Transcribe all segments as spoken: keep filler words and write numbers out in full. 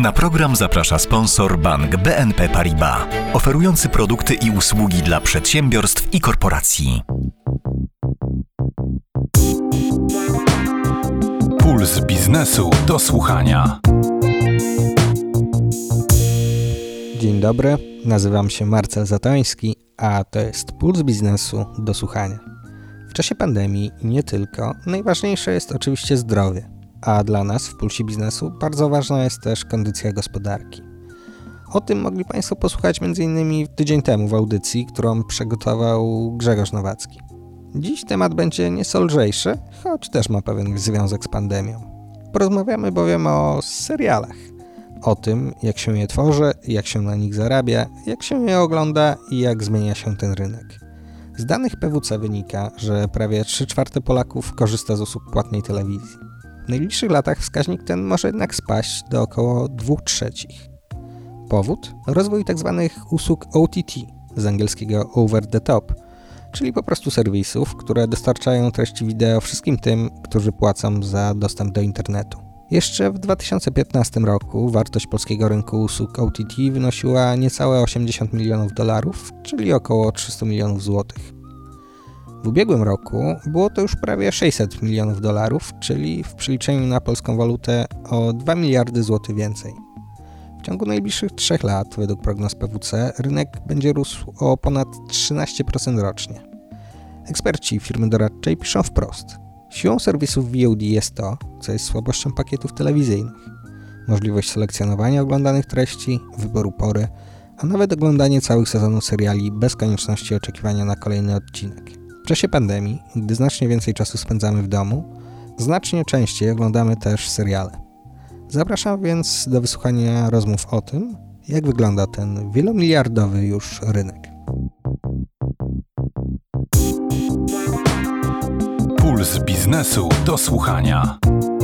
Na program zaprasza sponsor bank B N P Paribas, oferujący produkty i usługi dla przedsiębiorstw i korporacji. Puls biznesu do słuchania. Dzień dobry, nazywam się Marcel Zatoński, a to jest Puls biznesu do słuchania. W czasie pandemii i nie tylko, najważniejsze jest oczywiście zdrowie, a dla nas w Pulsie Biznesu bardzo ważna jest też kondycja gospodarki. O tym mogli Państwo posłuchać m.in. tydzień temu w audycji, którą przygotował Grzegorz Nowacki. Dziś temat będzie nieco lżejszy, choć też ma pewien związek z pandemią. Porozmawiamy bowiem o serialach. O tym, jak się je tworzy, jak się na nich zarabia, jak się je ogląda i jak zmienia się ten rynek. Z danych P W C wynika, że prawie trzy czwarte Polaków korzysta z usług płatnej telewizji. W najbliższych latach wskaźnik ten może jednak spaść do około dwóch trzecich. Powód? Rozwój tzw. usług O T T, z angielskiego over the top, czyli po prostu serwisów, które dostarczają treści wideo wszystkim tym, którzy płacą za dostęp do internetu. Jeszcze w dwa tysiące piętnastym roku wartość polskiego rynku usług O T T wynosiła niecałe osiemdziesiąt milionów dolarów, czyli około trzysta milionów złotych. W ubiegłym roku było to już prawie sześćset milionów dolarów, czyli w przeliczeniu na polską walutę o dwa miliardy złotych więcej. W ciągu najbliższych trzech lat, według prognoz P W C, rynek będzie rósł o ponad trzynaście procent rocznie. Eksperci firmy doradczej piszą wprost: siłą serwisów V O D jest to, co jest słabością pakietów telewizyjnych. Możliwość selekcjonowania oglądanych treści, wyboru pory, a nawet oglądanie całych sezonów seriali bez konieczności oczekiwania na kolejny odcinek. W czasie pandemii, gdy znacznie więcej czasu spędzamy w domu, znacznie częściej oglądamy też seriale. Zapraszam więc do wysłuchania rozmów o tym, jak wygląda ten wielomiliardowy już rynek. Puls biznesu do słuchania.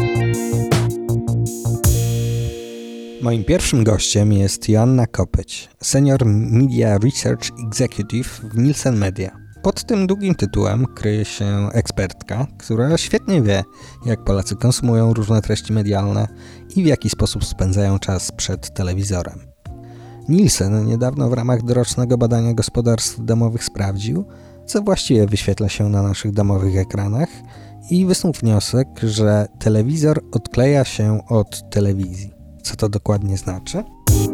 Moim pierwszym gościem jest Joanna Kopeć, Senior Media Research Executive w Nielsen Media. Pod tym długim tytułem kryje się ekspertka, która świetnie wie, jak Polacy konsumują różne treści medialne i w jaki sposób spędzają czas przed telewizorem. Nielsen niedawno w ramach dorocznego badania gospodarstw domowych sprawdził, co właściwie wyświetla się na naszych domowych ekranach i wysunął wniosek, że telewizor odkleja się od telewizji. Co to dokładnie znaczy?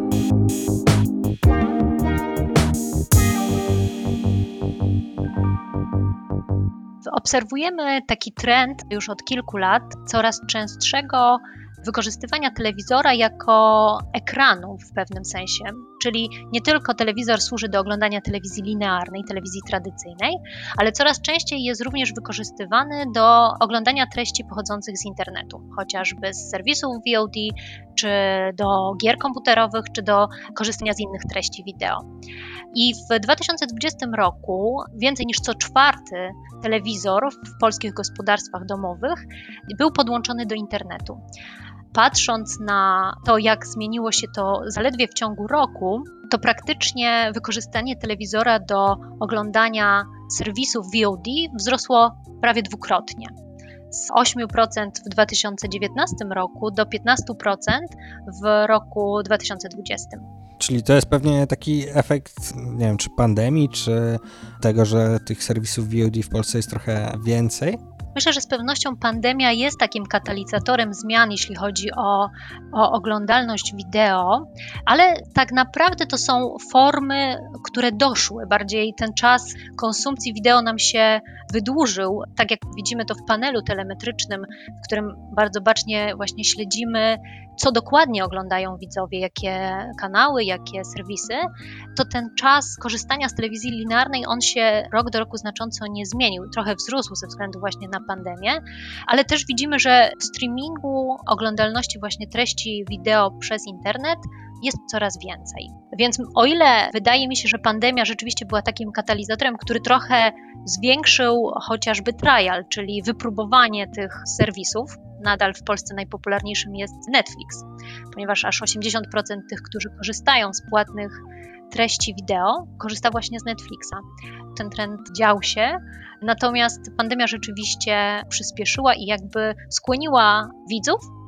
Obserwujemy taki trend już od kilku lat coraz częstszego wykorzystywania telewizora jako ekranu w pewnym sensie, czyli nie tylko telewizor służy do oglądania telewizji linearnej, telewizji tradycyjnej, ale coraz częściej jest również wykorzystywany do oglądania treści pochodzących z internetu, chociażby z serwisów V O D, czy do gier komputerowych, czy do korzystania z innych treści wideo. I w dwa tysiące dwudziestym roku więcej niż co czwarty telewizor w polskich gospodarstwach domowych był podłączony do internetu. Patrząc na to, jak zmieniło się to zaledwie w ciągu roku, to praktycznie wykorzystanie telewizora do oglądania serwisów V O D wzrosło prawie dwukrotnie. Z osiem procent w dwa tysiące dziewiętnastym roku do piętnaście procent w roku dwa tysiące dwudziestym. Czyli to jest pewnie taki efekt, nie wiem, czy pandemii, czy tego, że tych serwisów V O D w Polsce jest trochę więcej? Myślę, że z pewnością pandemia jest takim katalizatorem zmian, jeśli chodzi o, o oglądalność wideo, ale tak naprawdę to są formy, które doszły. Bardziej ten czas konsumpcji wideo nam się wydłużył, tak jak widzimy to w panelu telemetrycznym, w którym bardzo bacznie właśnie śledzimy, co dokładnie oglądają widzowie, jakie kanały, jakie serwisy, to ten czas korzystania z telewizji linearnej, on się rok do roku znacząco nie zmienił. Trochę wzrósł ze względu właśnie na pandemię, ale też widzimy, że w streamingu oglądalności właśnie treści wideo przez internet jest coraz więcej. Więc o ile wydaje mi się, że pandemia rzeczywiście była takim katalizatorem, który trochę zwiększył chociażby trial, czyli wypróbowanie tych serwisów, nadal w Polsce najpopularniejszym jest Netflix, ponieważ aż osiemdziesiąt procent tych, którzy korzystają z płatnych treści wideo, korzysta właśnie z Netflixa. Ten trend dział się, natomiast pandemia rzeczywiście przyspieszyła i jakby skłoniła widzów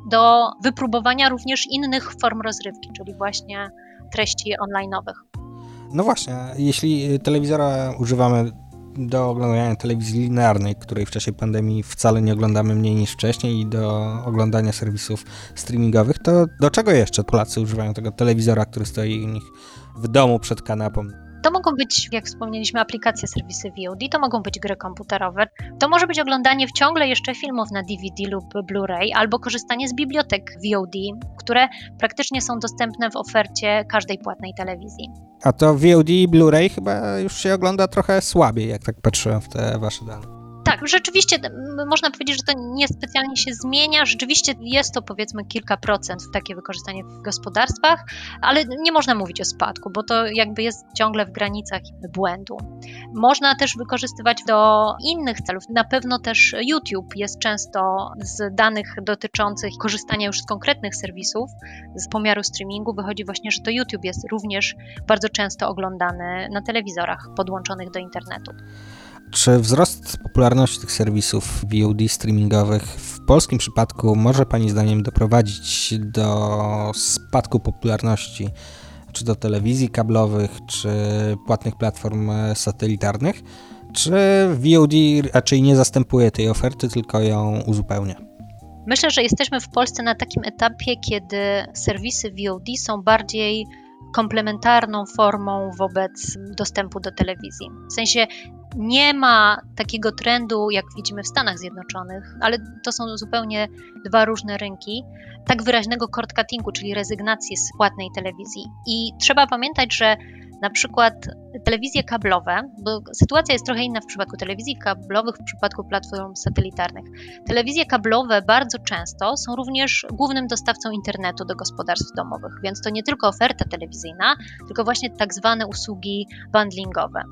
do wypróbowania również innych form rozrywki, czyli właśnie treści online'owych. No właśnie, jeśli telewizora używamy do oglądania telewizji linearnej, której w czasie pandemii wcale nie oglądamy mniej niż wcześniej, i do oglądania serwisów streamingowych, to do czego jeszcze Polacy używają tego telewizora, który stoi u nich w domu przed kanapą? To mogą być, jak wspomnieliśmy, aplikacje, serwisy V O D, to mogą być gry komputerowe, to może być oglądanie ciągle jeszcze filmów na D V D lub Blu-ray, albo korzystanie z bibliotek V O D, które praktycznie są dostępne w ofercie każdej płatnej telewizji. A to V O D i Blu-ray chyba już się ogląda trochę słabiej, jak tak patrzyłem w te wasze dane. Tak, rzeczywiście można powiedzieć, że to niespecjalnie się zmienia. Rzeczywiście jest to powiedzmy kilka procent w takie wykorzystanie w gospodarstwach, ale nie można mówić o spadku, bo to jakby jest ciągle w granicach błędu. Można też wykorzystywać do innych celów. Na pewno też YouTube jest często z danych dotyczących korzystania już z konkretnych serwisów, z pomiaru streamingu wychodzi właśnie, że to YouTube jest również bardzo często oglądany na telewizorach podłączonych do internetu. Czy wzrost popularności tych serwisów V O D streamingowych w polskim przypadku może Pani zdaniem doprowadzić do spadku popularności czy do telewizji kablowych, czy płatnych platform satelitarnych? Czy V O D raczej nie zastępuje tej oferty, tylko ją uzupełnia? Myślę, że jesteśmy w Polsce na takim etapie, kiedy serwisy V O D są bardziej komplementarną formą wobec dostępu do telewizji. W sensie nie ma takiego trendu, jak widzimy w Stanach Zjednoczonych, ale to są zupełnie dwa różne rynki, tak wyraźnego cord cuttingu, czyli rezygnacji z płatnej telewizji. I trzeba pamiętać, że na przykład telewizje kablowe, bo sytuacja jest trochę inna w przypadku telewizji kablowych, w przypadku platform satelitarnych. Telewizje kablowe bardzo często są również głównym dostawcą internetu do gospodarstw domowych, więc to nie tylko oferta telewizyjna, tylko właśnie tak zwane usługi bundlingowe.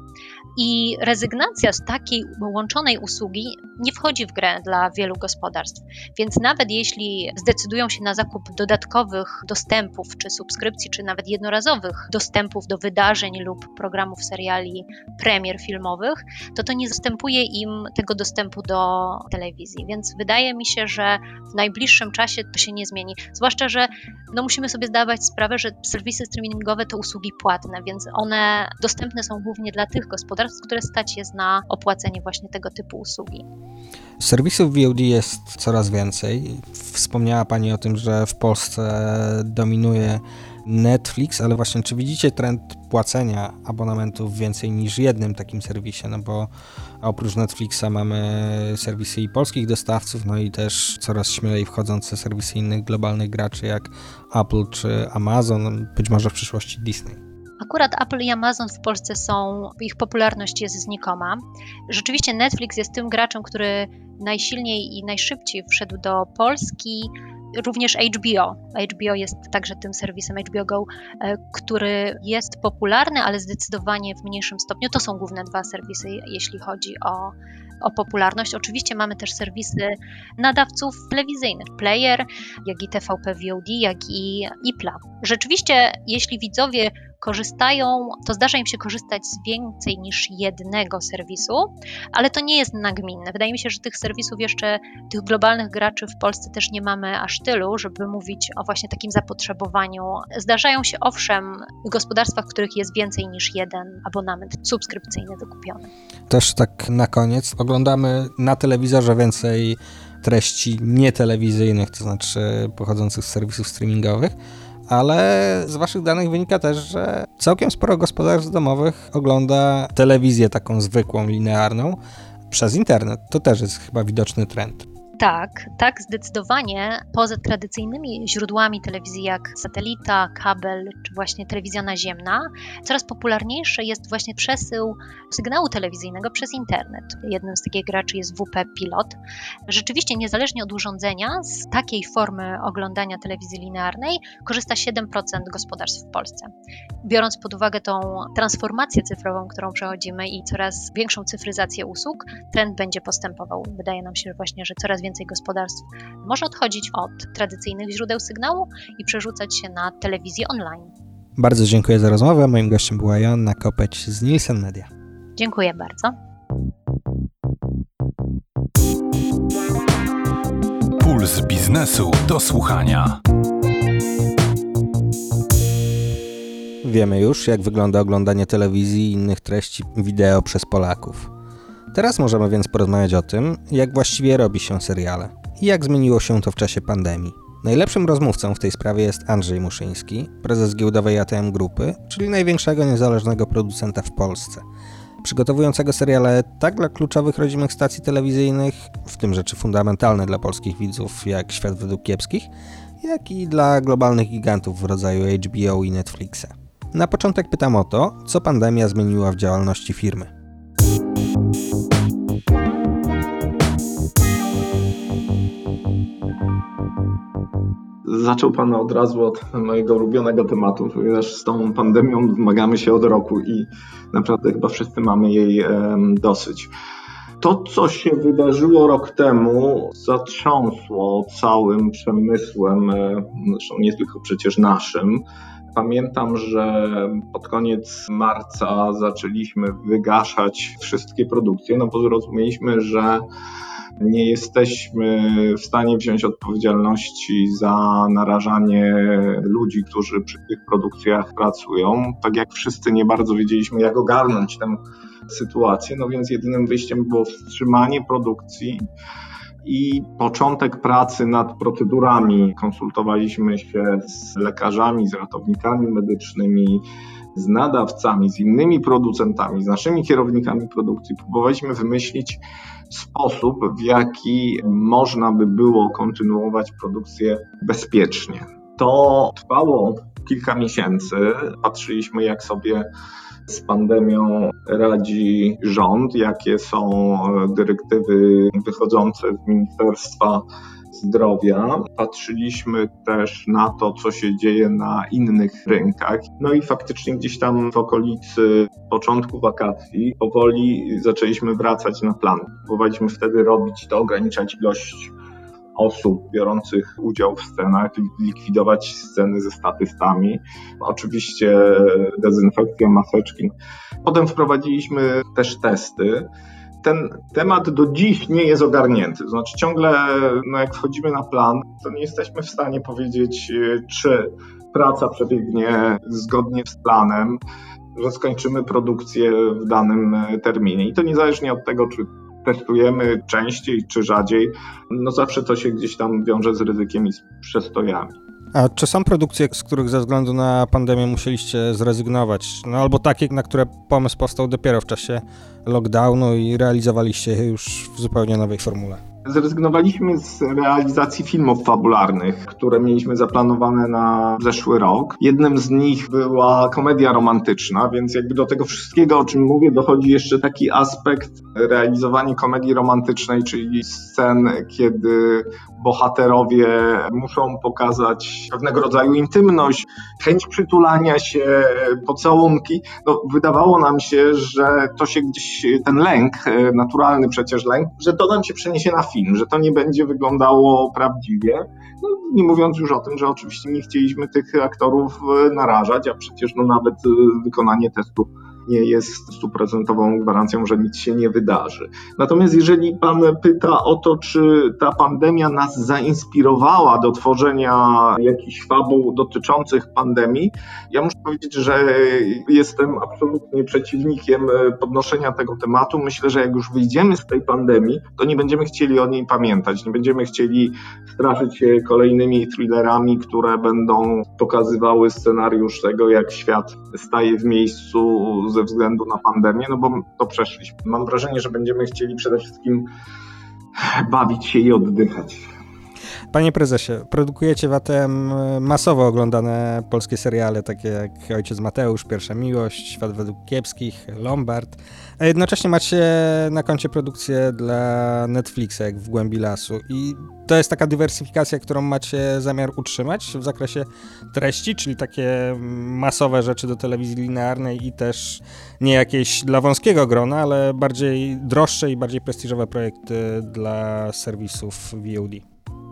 I rezygnacja z takiej łączonej usługi nie wchodzi w grę dla wielu gospodarstw, więc nawet jeśli zdecydują się na zakup dodatkowych dostępów, czy subskrypcji, czy nawet jednorazowych dostępów do wydarzeń lub programów, seriali, premier filmowych, to to nie zastępuje im tego dostępu do telewizji, więc wydaje mi się, że w najbliższym czasie to się nie zmieni, zwłaszcza, że no musimy sobie zdawać sprawę, że serwisy streamingowe to usługi płatne, więc one dostępne są głównie dla tych gospodarstw, które stać jest na opłacenie właśnie tego typu usługi. Serwisów V O D jest coraz więcej. Wspomniała Pani o tym, że w Polsce dominuje Netflix, ale właśnie czy widzicie trend płacenia abonamentów więcej niż jednym takim serwisie? No bo oprócz Netflixa mamy serwisy i polskich dostawców, no i też coraz śmielej wchodzące serwisy innych globalnych graczy jak Apple czy Amazon, być może w przyszłości Disney. Akurat Apple i Amazon w Polsce są, ich popularność jest znikoma. Rzeczywiście Netflix jest tym graczem, który najsilniej i najszybciej wszedł do Polski. Również H B O. H B O jest także tym serwisem H B O Go, który jest popularny, ale zdecydowanie w mniejszym stopniu. To są główne dwa serwisy, jeśli chodzi o, o popularność. Oczywiście mamy też serwisy nadawców telewizyjnych, Player, jak i T V P V O D, jak i IPLA. Rzeczywiście, jeśli widzowie korzystają, to zdarza im się korzystać z więcej niż jednego serwisu, ale to nie jest nagminne. Wydaje mi się, że tych serwisów jeszcze, tych globalnych graczy w Polsce też nie mamy aż tylu, żeby mówić o właśnie takim zapotrzebowaniu. Zdarzają się owszem w gospodarstwach, w których jest więcej niż jeden abonament subskrypcyjny wykupiony. Też tak na koniec, oglądamy na telewizorze więcej treści nietelewizyjnych, to znaczy pochodzących z serwisów streamingowych, ale z waszych danych wynika też, że całkiem sporo gospodarstw domowych ogląda telewizję taką zwykłą, linearną przez internet. To też jest chyba widoczny trend. Tak, tak, zdecydowanie. Poza tradycyjnymi źródłami telewizji jak satelita, kabel czy właśnie telewizja naziemna, coraz popularniejszy jest właśnie przesył sygnału telewizyjnego przez internet. Jednym z takich graczy jest W P Pilot. Rzeczywiście niezależnie od urządzenia, z takiej formy oglądania telewizji linearnej korzysta siedem procent gospodarstw w Polsce. Biorąc pod uwagę tą transformację cyfrową, którą przechodzimy i coraz większą cyfryzację usług, trend będzie postępował. Wydaje nam się właśnie, że coraz więcej gospodarstw może odchodzić od tradycyjnych źródeł sygnału i przerzucać się na telewizję online. Bardzo dziękuję za rozmowę. Moim gościem była Joanna Kopeć z Nielsen Media. Dziękuję bardzo. Puls Puls biznesu do słuchania. Wiemy już, jak wygląda oglądanie telewizji i innych treści wideo przez Polaków. Teraz możemy więc porozmawiać o tym, jak właściwie robi się seriale i jak zmieniło się to w czasie pandemii. Najlepszym rozmówcą w tej sprawie jest Andrzej Muszyński, prezes giełdowej A T M Grupy, czyli największego niezależnego producenta w Polsce, przygotowującego seriale tak dla kluczowych rodzimych stacji telewizyjnych, w tym rzeczy fundamentalne dla polskich widzów jak Świat według kiepskich, jak i dla globalnych gigantów w rodzaju H B O i Netflixa. Na początek pytam o to, co pandemia zmieniła w działalności firmy. Zaczął Pan od razu od mojego ulubionego tematu, ponieważ z tą pandemią zmagamy się od roku i naprawdę chyba wszyscy mamy jej um, dosyć. To, co się wydarzyło rok temu, zatrząsło całym przemysłem, zresztą nie tylko przecież naszym. Pamiętam, że pod koniec marca zaczęliśmy wygaszać wszystkie produkcje, no bo zrozumieliśmy, że nie jesteśmy w stanie wziąć odpowiedzialności za narażanie ludzi, którzy przy tych produkcjach pracują. Tak jak wszyscy nie bardzo wiedzieliśmy, jak ogarnąć tę sytuację, no więc jedynym wyjściem było wstrzymanie produkcji i początek pracy nad procedurami. Konsultowaliśmy się z lekarzami, z ratownikami medycznymi, z nadawcami, z innymi producentami, z naszymi kierownikami produkcji. Próbowaliśmy wymyślić sposób, w jaki można by było kontynuować produkcję bezpiecznie. To trwało kilka miesięcy. Patrzyliśmy, jak sobie z pandemią radzi rząd, jakie są dyrektywy wychodzące z Ministerstwa Zdrowia. Patrzyliśmy też na to, co się dzieje na innych rynkach. No i faktycznie gdzieś tam w okolicy początku wakacji powoli zaczęliśmy wracać na plan. Próbowaliśmy wtedy robić to, ograniczać ilość osób biorących udział w scenach, likwidować sceny ze statystami. Oczywiście dezynfekcja, maseczki. Potem wprowadziliśmy też testy. Ten temat do dziś nie jest ogarnięty. To znaczy ciągle, no jak wchodzimy na plan, to nie jesteśmy w stanie powiedzieć, czy praca przebiegnie zgodnie z planem, że skończymy produkcję w danym terminie. I to niezależnie od tego, czy testujemy częściej czy rzadziej, no zawsze to się gdzieś tam wiąże z ryzykiem i z przestojami. A czy są produkcje, z których ze względu na pandemię musieliście zrezygnować? No albo takie, na które pomysł powstał dopiero w czasie lockdownu i realizowaliście je już w zupełnie nowej formule? Zrezygnowaliśmy z realizacji filmów fabularnych, które mieliśmy zaplanowane na zeszły rok. Jednym z nich była komedia romantyczna, więc jakby do tego wszystkiego, o czym mówię, dochodzi jeszcze taki aspekt realizowania komedii romantycznej, czyli scen, kiedy bohaterowie muszą pokazać pewnego rodzaju intymność, chęć przytulania się, pocałunki. No, wydawało nam się, że to się gdzieś, ten lęk, naturalny przecież lęk, że to nam się przeniesie na film, że to nie będzie wyglądało prawdziwie. No, nie mówiąc już o tym, że oczywiście nie chcieliśmy tych aktorów narażać, a przecież no, nawet wykonanie testu nie jest stuprocentową gwarancją, że nic się nie wydarzy. Natomiast jeżeli Pan pyta o to, czy ta pandemia nas zainspirowała do tworzenia jakichś fabuł dotyczących pandemii, ja muszę powiedzieć, że jestem absolutnie przeciwnikiem podnoszenia tego tematu. Myślę, że jak już wyjdziemy z tej pandemii, to nie będziemy chcieli o niej pamiętać, nie będziemy chcieli straszyć się kolejnymi thrillerami, które będą pokazywały scenariusz tego, jak świat staje w miejscu ze względu na pandemię, no bo to przeszliśmy. Mam wrażenie, że będziemy chcieli przede wszystkim bawić się i oddychać. Panie prezesie, produkujecie w A T M masowo oglądane polskie seriale, takie jak Ojciec Mateusz, Pierwsza Miłość, Świat według kiepskich, Lombard, a jednocześnie macie na koncie produkcję dla Netflixa, jak W głębi lasu. I to jest taka dywersyfikacja, którą macie zamiar utrzymać w zakresie treści, czyli takie masowe rzeczy do telewizji linearnej i też nie jakieś dla wąskiego grona, ale bardziej droższe i bardziej prestiżowe projekty dla serwisów V O D.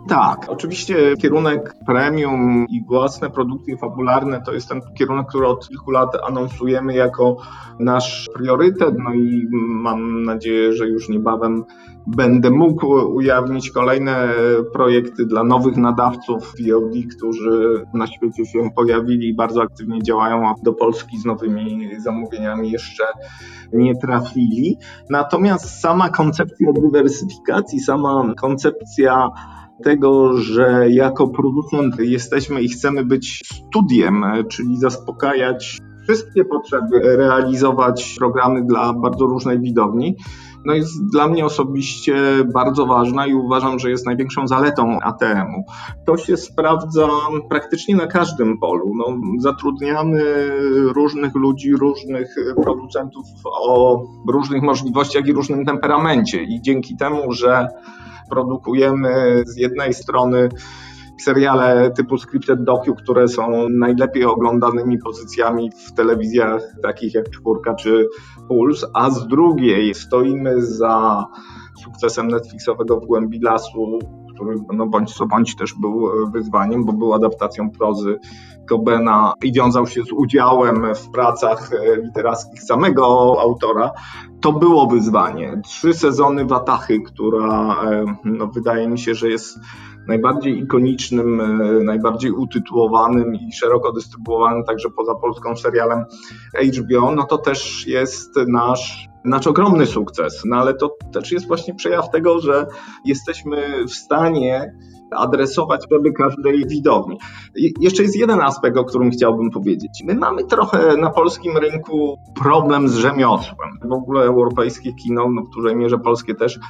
Tak, oczywiście kierunek premium i własne produkcje fabularne to jest ten kierunek, który od kilku lat anonsujemy jako nasz priorytet, no i mam nadzieję, że już niebawem będę mógł ujawnić kolejne projekty dla nowych nadawców V O D, którzy na świecie się pojawili i bardzo aktywnie działają, a do Polski z nowymi zamówieniami jeszcze nie trafili. Natomiast sama koncepcja dywersyfikacji, sama koncepcja tego, że jako producent jesteśmy i chcemy być studiem, czyli zaspokajać wszystkie potrzeby, realizować programy dla bardzo różnej widowni, no jest dla mnie osobiście bardzo ważna i uważam, że jest największą zaletą A T M-u. To się sprawdza praktycznie na każdym polu. No, zatrudniamy różnych ludzi, różnych producentów o różnych możliwościach i różnym temperamencie i dzięki temu, że produkujemy z jednej strony seriale typu scripted docu, które są najlepiej oglądanymi pozycjami w telewizjach takich jak Czwórka czy Puls, a z drugiej stoimy za sukcesem Netflixowego W głębi lasu, który no bądź co bądź też był wyzwaniem, bo był adaptacją prozy Cobena i wiązał się z udziałem w pracach literackich samego autora. To było wyzwanie. Trzy sezony Watachy, która no, wydaje mi się, że jest najbardziej ikonicznym, najbardziej utytułowanym i szeroko dystrybuowanym także poza Polską serialem H B O, no to też jest nasz Nasz ogromny sukces, no ale to też jest właśnie przejaw tego, że jesteśmy w stanie adresować potrzeby każdej widowni. I jeszcze jest jeden aspekt, o którym chciałbym powiedzieć. My mamy trochę na polskim rynku problem z rzemiosłem. W ogóle europejskie kino, no w dużej mierze polskie też,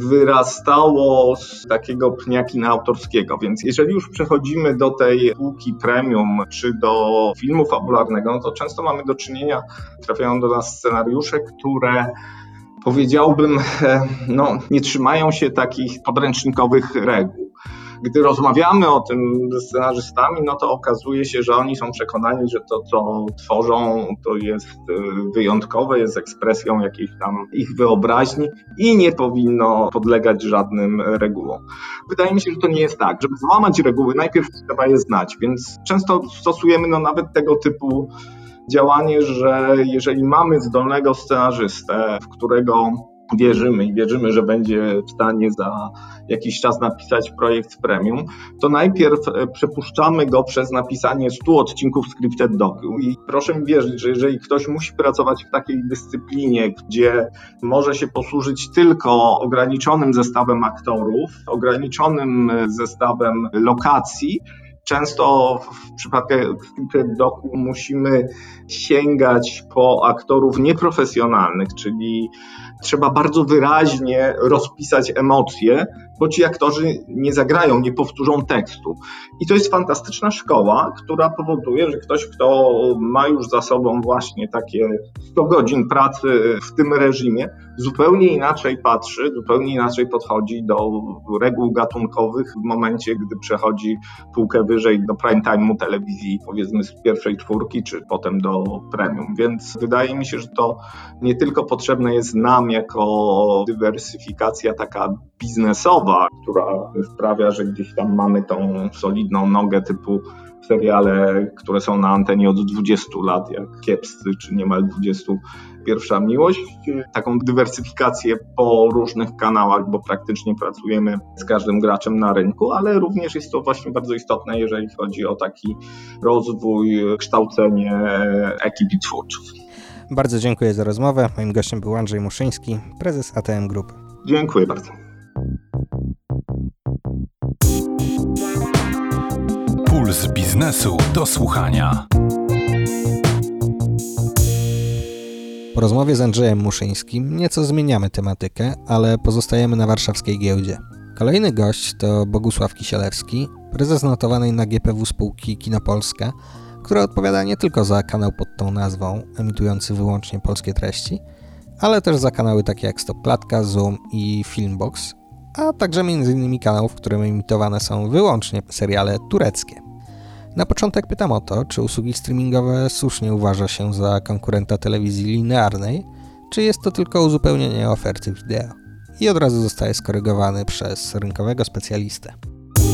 wyrastało z takiego pnia kina autorskiego, więc jeżeli już przechodzimy do tej półki premium czy do filmu fabularnego, no to często mamy do czynienia, trafiają do nas scenariusze, które powiedziałbym, no, nie trzymają się takich podręcznikowych reguł. Gdy rozmawiamy o tym ze scenarzystami, no to okazuje się, że oni są przekonani, że to, co tworzą, to jest wyjątkowe, jest ekspresją jakiejś tam ich wyobraźni i nie powinno podlegać żadnym regułom. Wydaje mi się, że to nie jest tak. Żeby złamać reguły, najpierw trzeba je znać, więc często stosujemy no nawet tego typu działanie, że jeżeli mamy zdolnego scenarzystę, w którego wierzymy i wierzymy, że będzie w stanie za jakiś czas napisać projekt premium, to najpierw przepuszczamy go przez napisanie stu odcinków scripted docu. I proszę mi wierzyć, że jeżeli ktoś musi pracować w takiej dyscyplinie, gdzie może się posłużyć tylko ograniczonym zestawem aktorów, ograniczonym zestawem lokacji, często w przypadku scripted docu musimy sięgać po aktorów nieprofesjonalnych, czyli trzeba bardzo wyraźnie rozpisać emocje, bo ci aktorzy nie zagrają, nie powtórzą tekstu. I to jest fantastyczna szkoła, która powoduje, że ktoś, kto ma już za sobą właśnie takie sto godzin pracy w tym reżimie, zupełnie inaczej patrzy, zupełnie inaczej podchodzi do reguł gatunkowych w momencie, gdy przechodzi półkę wyżej do prime time'u telewizji, powiedzmy z pierwszej czwórki, czy potem do premium. Więc wydaje mi się, że to nie tylko potrzebne jest nam jako dywersyfikacja taka biznesowa, która sprawia, że gdzieś tam mamy tą solidną nogę typu seriale, które są na antenie od dwudziestu lat, jak Kiepscy czy niemal dwudziestu Pierwsza Miłość. Taką dywersyfikację po różnych kanałach, bo praktycznie pracujemy z każdym graczem na rynku, ale również jest to właśnie bardzo istotne, jeżeli chodzi o taki rozwój, kształcenie ekip i twórców. Bardzo dziękuję za rozmowę. Moim gościem był Andrzej Muszyński, prezes A T M Group. Dziękuję bardzo. Puls biznesu do słuchania. Po rozmowie z Andrzejem Muszyńskim nieco zmieniamy tematykę, ale pozostajemy na warszawskiej giełdzie. Kolejny gość to Bogusław Kisielewski, prezes notowanej na G P W spółki Kino Polska, która odpowiada nie tylko za kanał pod tą nazwą, emitujący wyłącznie polskie treści, ale też za kanały takie jak Stop Klatka, Zoom i Filmbox, a także między innymi kanał, w którym emitowane są wyłącznie seriale tureckie. Na początek pytam o to, czy usługi streamingowe słusznie uważa się za konkurenta telewizji linearnej, czy jest to tylko uzupełnienie oferty wideo. I od razu zostaje skorygowany przez rynkowego specjalistę.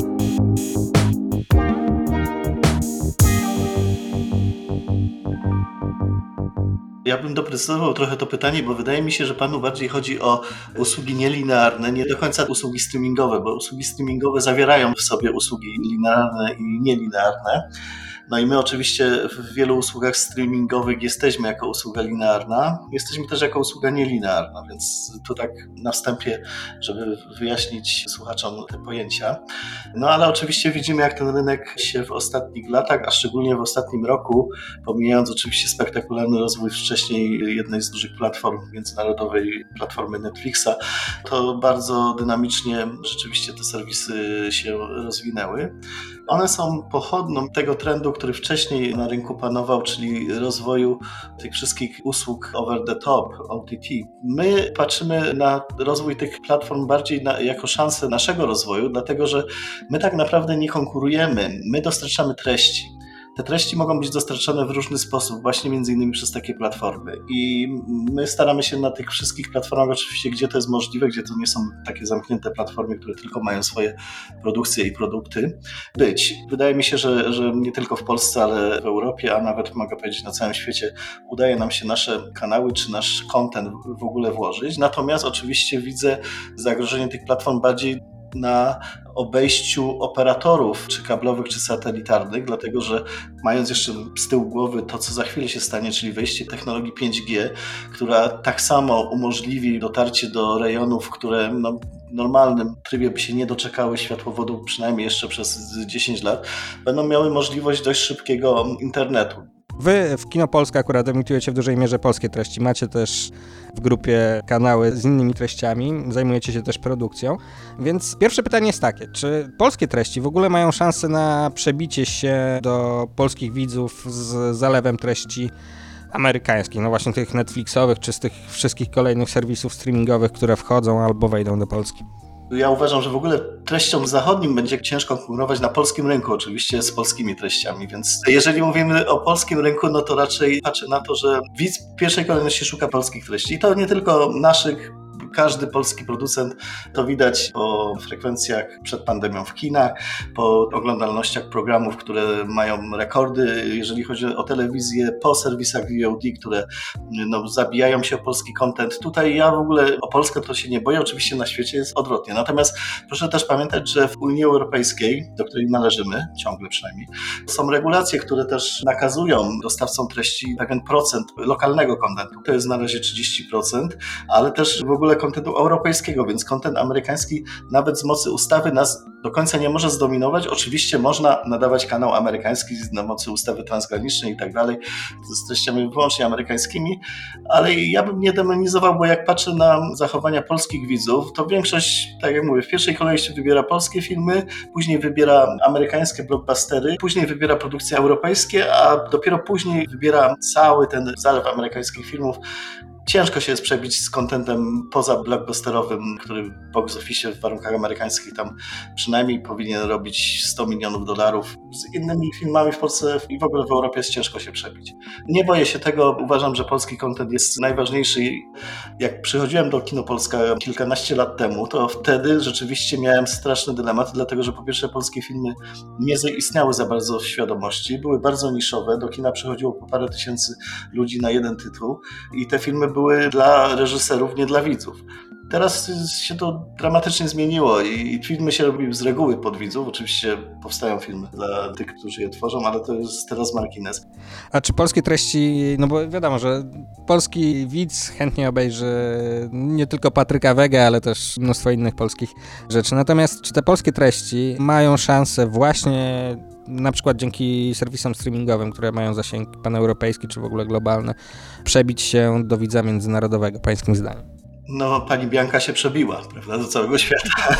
Ja bym doprecyzował trochę to pytanie, bo wydaje mi się, że panu bardziej chodzi o usługi nielinearne, nie do końca usługi streamingowe, bo usługi streamingowe zawierają w sobie usługi linearne i nielinearne. No i my oczywiście w wielu usługach streamingowych jesteśmy jako usługa linearna, jesteśmy też jako usługa nielinearna, więc to tak na wstępie, żeby wyjaśnić słuchaczom te pojęcia. No ale oczywiście widzimy, jak ten rynek się w ostatnich latach, a szczególnie w ostatnim roku, pomijając oczywiście spektakularny rozwój wcześniej jednej z dużych platform międzynarodowej, platformy Netflixa, to bardzo dynamicznie rzeczywiście te serwisy się rozwinęły. One są pochodną tego trendu, który wcześniej na rynku panował, czyli rozwoju tych wszystkich usług over the top, O T T. My patrzymy na rozwój tych platform bardziej na, jako szansę naszego rozwoju, dlatego że my tak naprawdę nie konkurujemy, my dostarczamy treści. Te treści mogą być dostarczane w różny sposób, właśnie między innymi przez takie platformy. I my staramy się na tych wszystkich platformach, oczywiście, gdzie to jest możliwe, gdzie to nie są takie zamknięte platformy, które tylko mają swoje produkcje i produkty, być. Wydaje mi się, że, że nie tylko w Polsce, ale w Europie, a nawet mogę powiedzieć na całym świecie, udaje nam się nasze kanały czy nasz content w ogóle włożyć. Natomiast oczywiście widzę zagrożenie tych platform bardziej na obejściu operatorów, czy kablowych, czy satelitarnych, dlatego że mając jeszcze z tyłu głowy to, co za chwilę się stanie, czyli wejście technologii pięć G, która tak samo umożliwi dotarcie do rejonów, które no, w normalnym trybie by się nie doczekały światłowodu przynajmniej jeszcze przez dziesięć lat, będą miały możliwość dość szybkiego internetu. Wy w Kino Polska akurat emitujecie w dużej mierze polskie treści. Macie też w grupie kanały z innymi treściami, zajmujecie się też produkcją. Więc pierwsze pytanie jest takie, czy polskie treści w ogóle mają szansę na przebicie się do polskich widzów z zalewem treści amerykańskich, no właśnie tych Netflixowych, czy z tych wszystkich kolejnych serwisów streamingowych, które wchodzą albo wejdą do Polski? Ja uważam, że w ogóle treściom zachodnim będzie ciężko konkurować na polskim rynku, oczywiście z polskimi treściami, więc jeżeli mówimy o polskim rynku, no to raczej patrzę na to, że widz w pierwszej kolejności szuka polskich treści i to nie tylko naszych. Każdy polski producent, to widać po frekwencjach przed pandemią w kinach, po oglądalnościach programów, które mają rekordy, jeżeli chodzi o telewizję, po serwisach V O D, które no, zabijają się o polski content. Tutaj ja w ogóle o Polskę to się nie boję, oczywiście na świecie jest odwrotnie. Natomiast proszę też pamiętać, że w Unii Europejskiej, do której należymy, ciągle przynajmniej, są regulacje, które też nakazują dostawcom treści pewien procent lokalnego contentu. To jest na razie trzydzieści procent, ale też w ogóle kontentu europejskiego, więc kontent amerykański nawet z mocy ustawy nas do końca nie może zdominować. Oczywiście można nadawać kanał amerykański na mocy ustawy transgranicznej i tak dalej, z treściami wyłącznie amerykańskimi, ale ja bym nie demonizował, bo jak patrzę na zachowania polskich widzów, to większość, tak jak mówię, w pierwszej kolejności wybiera polskie filmy, później wybiera amerykańskie blockbustery, później wybiera produkcje europejskie, a dopiero później wybiera cały ten zalew amerykańskich filmów. Ciężko się jest przebić z kontentem poza blockbusterowym, który w box office w warunkach amerykańskich tam przynajmniej powinien robić sto milionów dolarów. Z innymi filmami w Polsce i w ogóle w Europie jest ciężko się przebić. Nie boję się tego, uważam, że polski kontent jest najważniejszy. Jak przychodziłem do Kino Polska kilkanaście lat temu, to wtedy rzeczywiście miałem straszny dylemat, dlatego że po pierwsze polskie filmy nie zaistniały za bardzo w świadomości, były bardzo niszowe, do kina przychodziło po parę tysięcy ludzi na jeden tytuł i te filmy były dla reżyserów, nie dla widzów. Teraz się to dramatycznie zmieniło i filmy się robi z reguły pod widzów. Oczywiście powstają filmy dla tych, którzy je tworzą, ale to jest teraz margines. A czy polskie treści, no bo wiadomo, że polski widz chętnie obejrzy nie tylko Patryka Wegę, ale też mnóstwo innych polskich rzeczy. Natomiast czy te polskie treści mają szansę właśnie na przykład dzięki serwisom streamingowym, które mają zasięg paneuropejski czy w ogóle globalny, przebić się do widza międzynarodowego, pańskim zdaniem? No, pani Bianka się przebiła, prawda, do całego świata,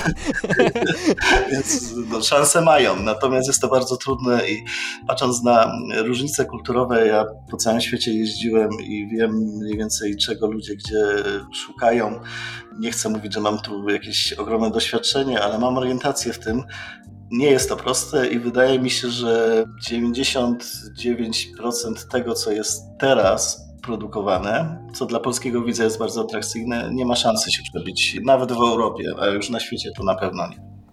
więc no, szanse mają, natomiast jest to bardzo trudne i patrząc na różnice kulturowe, ja po całym świecie jeździłem i wiem mniej więcej czego ludzie gdzie szukają. Nie chcę mówić, że mam tu jakieś ogromne doświadczenie, ale mam orientację w tym. Nie jest to proste i wydaje mi się, że dziewięćdziesiąt dziewięć procent tego, co jest teraz produkowane, co dla polskiego widza jest bardzo atrakcyjne, nie ma szansy się przebić, nawet w Europie, a już na świecie to na pewno nie.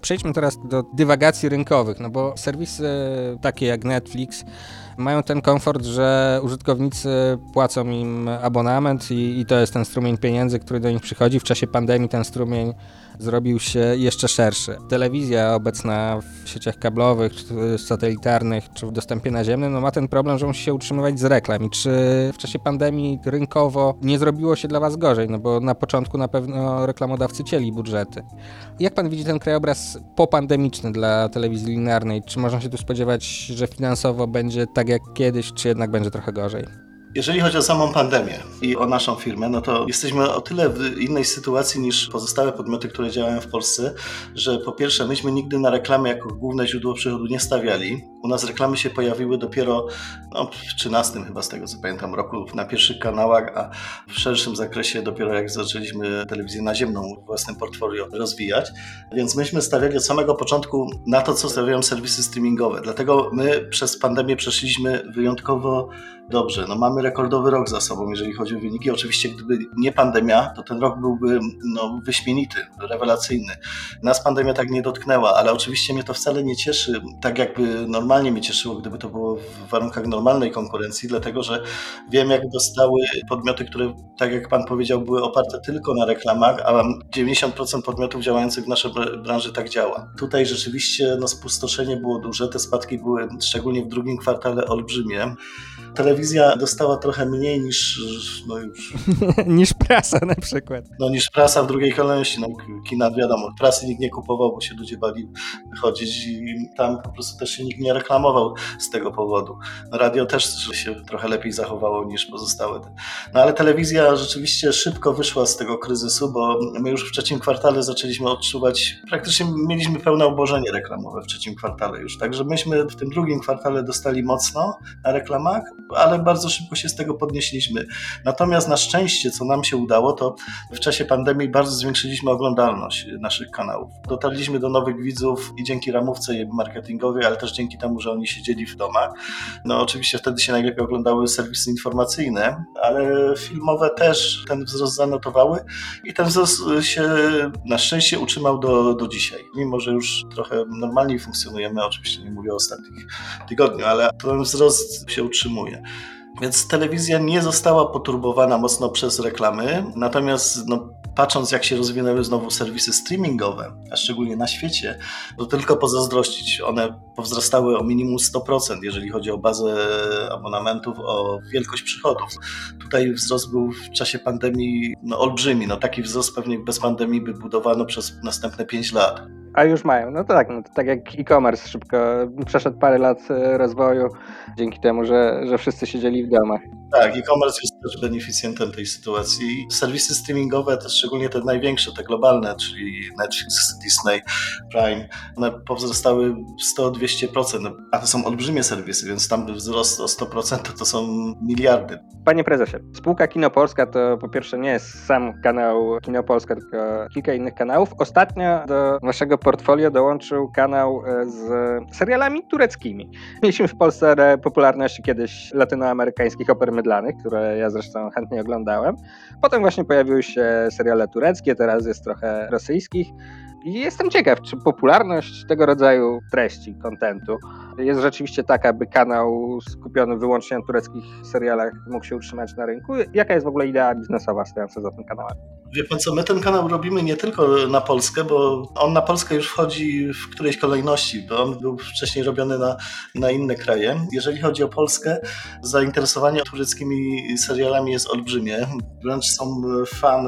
Przejdźmy teraz do dywagacji rynkowych, no bo serwisy takie jak Netflix mają ten komfort, że użytkownicy płacą im abonament i, i to jest ten strumień pieniędzy, który do nich przychodzi. W czasie pandemii ten strumień zrobił się jeszcze szerszy. Telewizja obecna w sieciach kablowych, czy satelitarnych, czy w dostępie naziemnym, no ma ten problem, że musi się utrzymywać z reklam. I czy w czasie pandemii rynkowo nie zrobiło się dla was gorzej? No bo na początku na pewno reklamodawcy cięli budżety. Jak pan widzi ten krajobraz popandemiczny dla telewizji linearnej? Czy można się tu spodziewać, że finansowo będzie tak jak kiedyś, czy jednak będzie trochę gorzej? Jeżeli chodzi o samą pandemię i o naszą firmę, no to jesteśmy o tyle w innej sytuacji niż pozostałe podmioty, które działają w Polsce, że po pierwsze myśmy nigdy na reklamy jako główne źródło przychodu nie stawiali. U nas reklamy się pojawiły dopiero no, w trzynastym chyba z tego co pamiętam roku na pierwszych kanałach, a w szerszym zakresie dopiero jak zaczęliśmy telewizję naziemną w własnym portfolio rozwijać. Więc myśmy stawiali od samego początku na to, co stawiają serwisy streamingowe. Dlatego my przez pandemię przeszliśmy wyjątkowo dobrze. No, mamy rekordowy rok za sobą, jeżeli chodzi o wyniki. Oczywiście gdyby nie pandemia, to ten rok byłby no, wyśmienity, rewelacyjny. Nas pandemia tak nie dotknęła, ale oczywiście mnie to wcale nie cieszy, tak jakby normalnie mnie cieszyło, gdyby to było w warunkach normalnej konkurencji, dlatego że wiem, jak dostały podmioty, które, tak jak pan powiedział, były oparte tylko na reklamach, a dziewięćdziesiąt procent podmiotów działających w naszej branży tak działa. Tutaj rzeczywiście no, spustoszenie było duże, te spadki były szczególnie w drugim kwartale olbrzymie. Telewizja dostała trochę mniej niż no już... niż prasa na przykład. No niż prasa w drugiej kolejności. No, kina wiadomo, prasy nikt nie kupował, bo się ludzie bali wychodzić i tam po prostu też się nikt nie reklamował z tego powodu. No, radio też się trochę lepiej zachowało niż pozostałe. No ale telewizja rzeczywiście szybko wyszła z tego kryzysu, bo my już w trzecim kwartale zaczęliśmy odczuwać, praktycznie mieliśmy pełne obłożenie reklamowe w trzecim kwartale już. Także myśmy w tym drugim kwartale dostali mocno na reklamach, ale bardzo szybko się z tego podnieśliśmy. Natomiast na szczęście, co nam się udało, to w czasie pandemii bardzo zwiększyliśmy oglądalność naszych kanałów. Dotarliśmy do nowych widzów i dzięki ramówce marketingowej, ale też dzięki temu, że oni siedzieli w domach. No oczywiście wtedy się najlepiej oglądały serwisy informacyjne, ale filmowe też ten wzrost zanotowały i ten wzrost się na szczęście utrzymał do, do dzisiaj. Mimo, że już trochę normalniej funkcjonujemy, oczywiście nie mówię o ostatnich tygodniu, ale ten wzrost się utrzymuje. Więc telewizja nie została poturbowana mocno przez reklamy, natomiast no, patrząc jak się rozwinęły znowu serwisy streamingowe, a szczególnie na świecie, to tylko pozazdrościć. One powzrastały o minimum sto procent, jeżeli chodzi o bazę abonamentów, o wielkość przychodów. Tutaj wzrost był w czasie pandemii no, olbrzymi. No, taki wzrost pewnie bez pandemii by budowano przez następne pięć lat. A już mają, no to tak, no to tak jak e-commerce szybko przeszedł parę lat rozwoju dzięki temu, że, że wszyscy siedzieli w domach. Tak, e-commerce jest też beneficjentem tej sytuacji. Serwisy streamingowe, to szczególnie te największe, te globalne, czyli Netflix, Disney, Prime, one powzrastały sto do dwustu procent, a to są olbrzymie serwisy, więc tam wzrost o sto procent to, to są miliardy. Panie prezesie, spółka Kino Polska to po pierwsze nie jest sam kanał Kino Polska, tylko kilka innych kanałów. Ostatnio do waszego portfolio dołączył kanał z serialami tureckimi. Mieliśmy w Polsce popularność kiedyś latynoamerykańskich oper mydlanych, które ja zresztą chętnie oglądałem. Potem właśnie pojawiły się seriale tureckie, teraz jest trochę rosyjskich. I jestem ciekaw, czy popularność tego rodzaju treści, kontentu jest rzeczywiście taka, by kanał skupiony wyłącznie na tureckich serialach mógł się utrzymać na rynku? Jaka jest w ogóle idea biznesowa stojąca za tym kanałem? Wie pan co, my ten kanał robimy nie tylko na Polskę, bo on na Polskę już wchodzi w którejś kolejności, bo on był wcześniej robiony na, na inne kraje. Jeżeli chodzi o Polskę, zainteresowanie tureckimi serialami jest olbrzymie. Wręcz są fan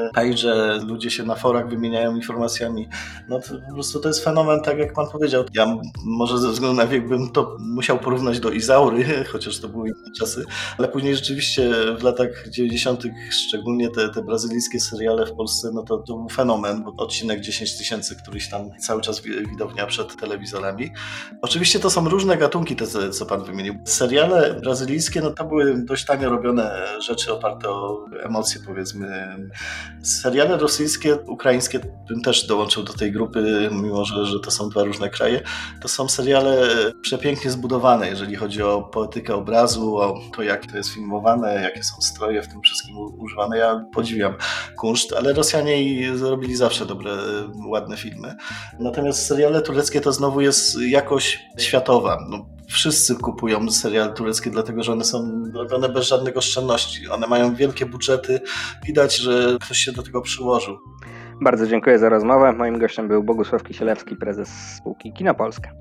page, ludzie się na forach wymieniają informacjami. No to po prostu to jest fenomen, tak jak pan powiedział. Ja może ze względu na wiek bym to musiał porównać do Izaury, chociaż to były inne czasy, ale później rzeczywiście w latach dziewięćdziesiątych szczególnie te, te brazylijskie seriale w Polsce, no to, to był fenomen, bo odcinek dziesięć tysięcy, któryś tam cały czas widownia przed telewizorami. Oczywiście to są różne gatunki, te co pan wymienił. Seriale brazylijskie, no to były dość tanio robione rzeczy oparte o emocje, powiedzmy. Seriale rosyjskie, ukraińskie bym też dołączył do tej grupy, mimo że, że to są dwa różne kraje. To są seriale przepięknie zbudowane, jeżeli chodzi o poetykę obrazu, o to, jak to jest filmowane, jakie są stroje w tym wszystkim używane. Ja podziwiam kunszt, ale Rosjanie zrobili zawsze dobre, ładne filmy. Natomiast seriale tureckie to znowu jest jakość światowa. No, wszyscy kupują seriale tureckie, dlatego że one są robione bez żadnych oszczędności. One mają wielkie budżety. Widać, że ktoś się do tego przyłożył. Bardzo dziękuję za rozmowę. Moim gościem był Bogusław Kisielewski, prezes spółki Kino Polska.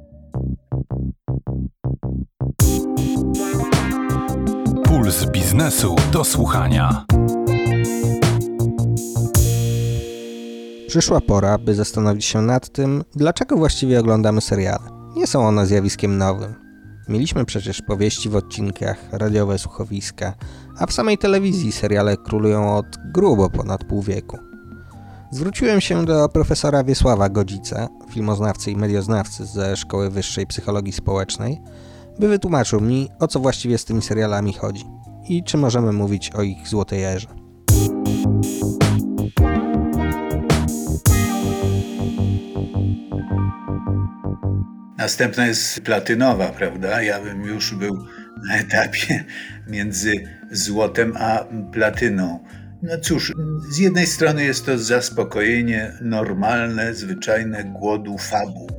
Puls biznesu do słuchania. Przyszła pora, by zastanowić się nad tym, dlaczego właściwie oglądamy seriale. Nie są one zjawiskiem nowym. Mieliśmy przecież powieści w odcinkach, radiowe słuchowiska, a w samej telewizji seriale królują od grubo ponad pół wieku. Zwróciłem się do profesora Wiesława Godzica, filmoznawcy i medioznawcy ze Szkoły Wyższej Psychologii Społecznej, by wytłumaczył mi, o co właściwie z tymi serialami chodzi i czy możemy mówić o ich złotej erze. Następna jest platynowa, prawda? Ja bym już był na etapie między złotem a platyną. No cóż, z jednej strony jest to zaspokojenie normalne, zwyczajne głodu fabuł.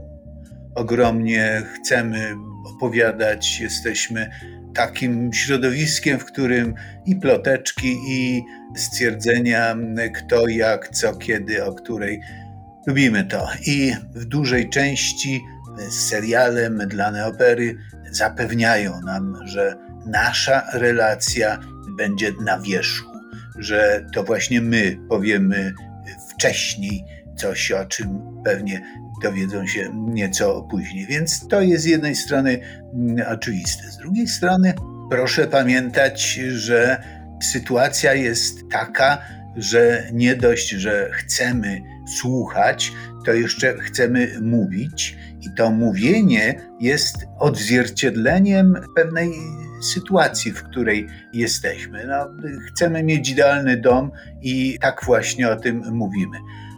Ogromnie chcemy opowiadać, jesteśmy takim środowiskiem, w którym i ploteczki, i stwierdzenia kto, jak, co, kiedy, o której. Lubimy to i w dużej części seriale, mydlane opery zapewniają nam, że nasza relacja będzie na wierzchu, że to właśnie my powiemy wcześniej coś, o czym pewnie dowiedzą się nieco później. Więc to jest z jednej strony oczywiste. Z drugiej strony proszę pamiętać, że sytuacja jest taka, że nie dość, że chcemy słuchać, to jeszcze chcemy mówić i to mówienie jest odzwierciedleniem pewnej sytuacji, w której jesteśmy. No, chcemy mieć idealny dom i tak właśnie o tym mówimy.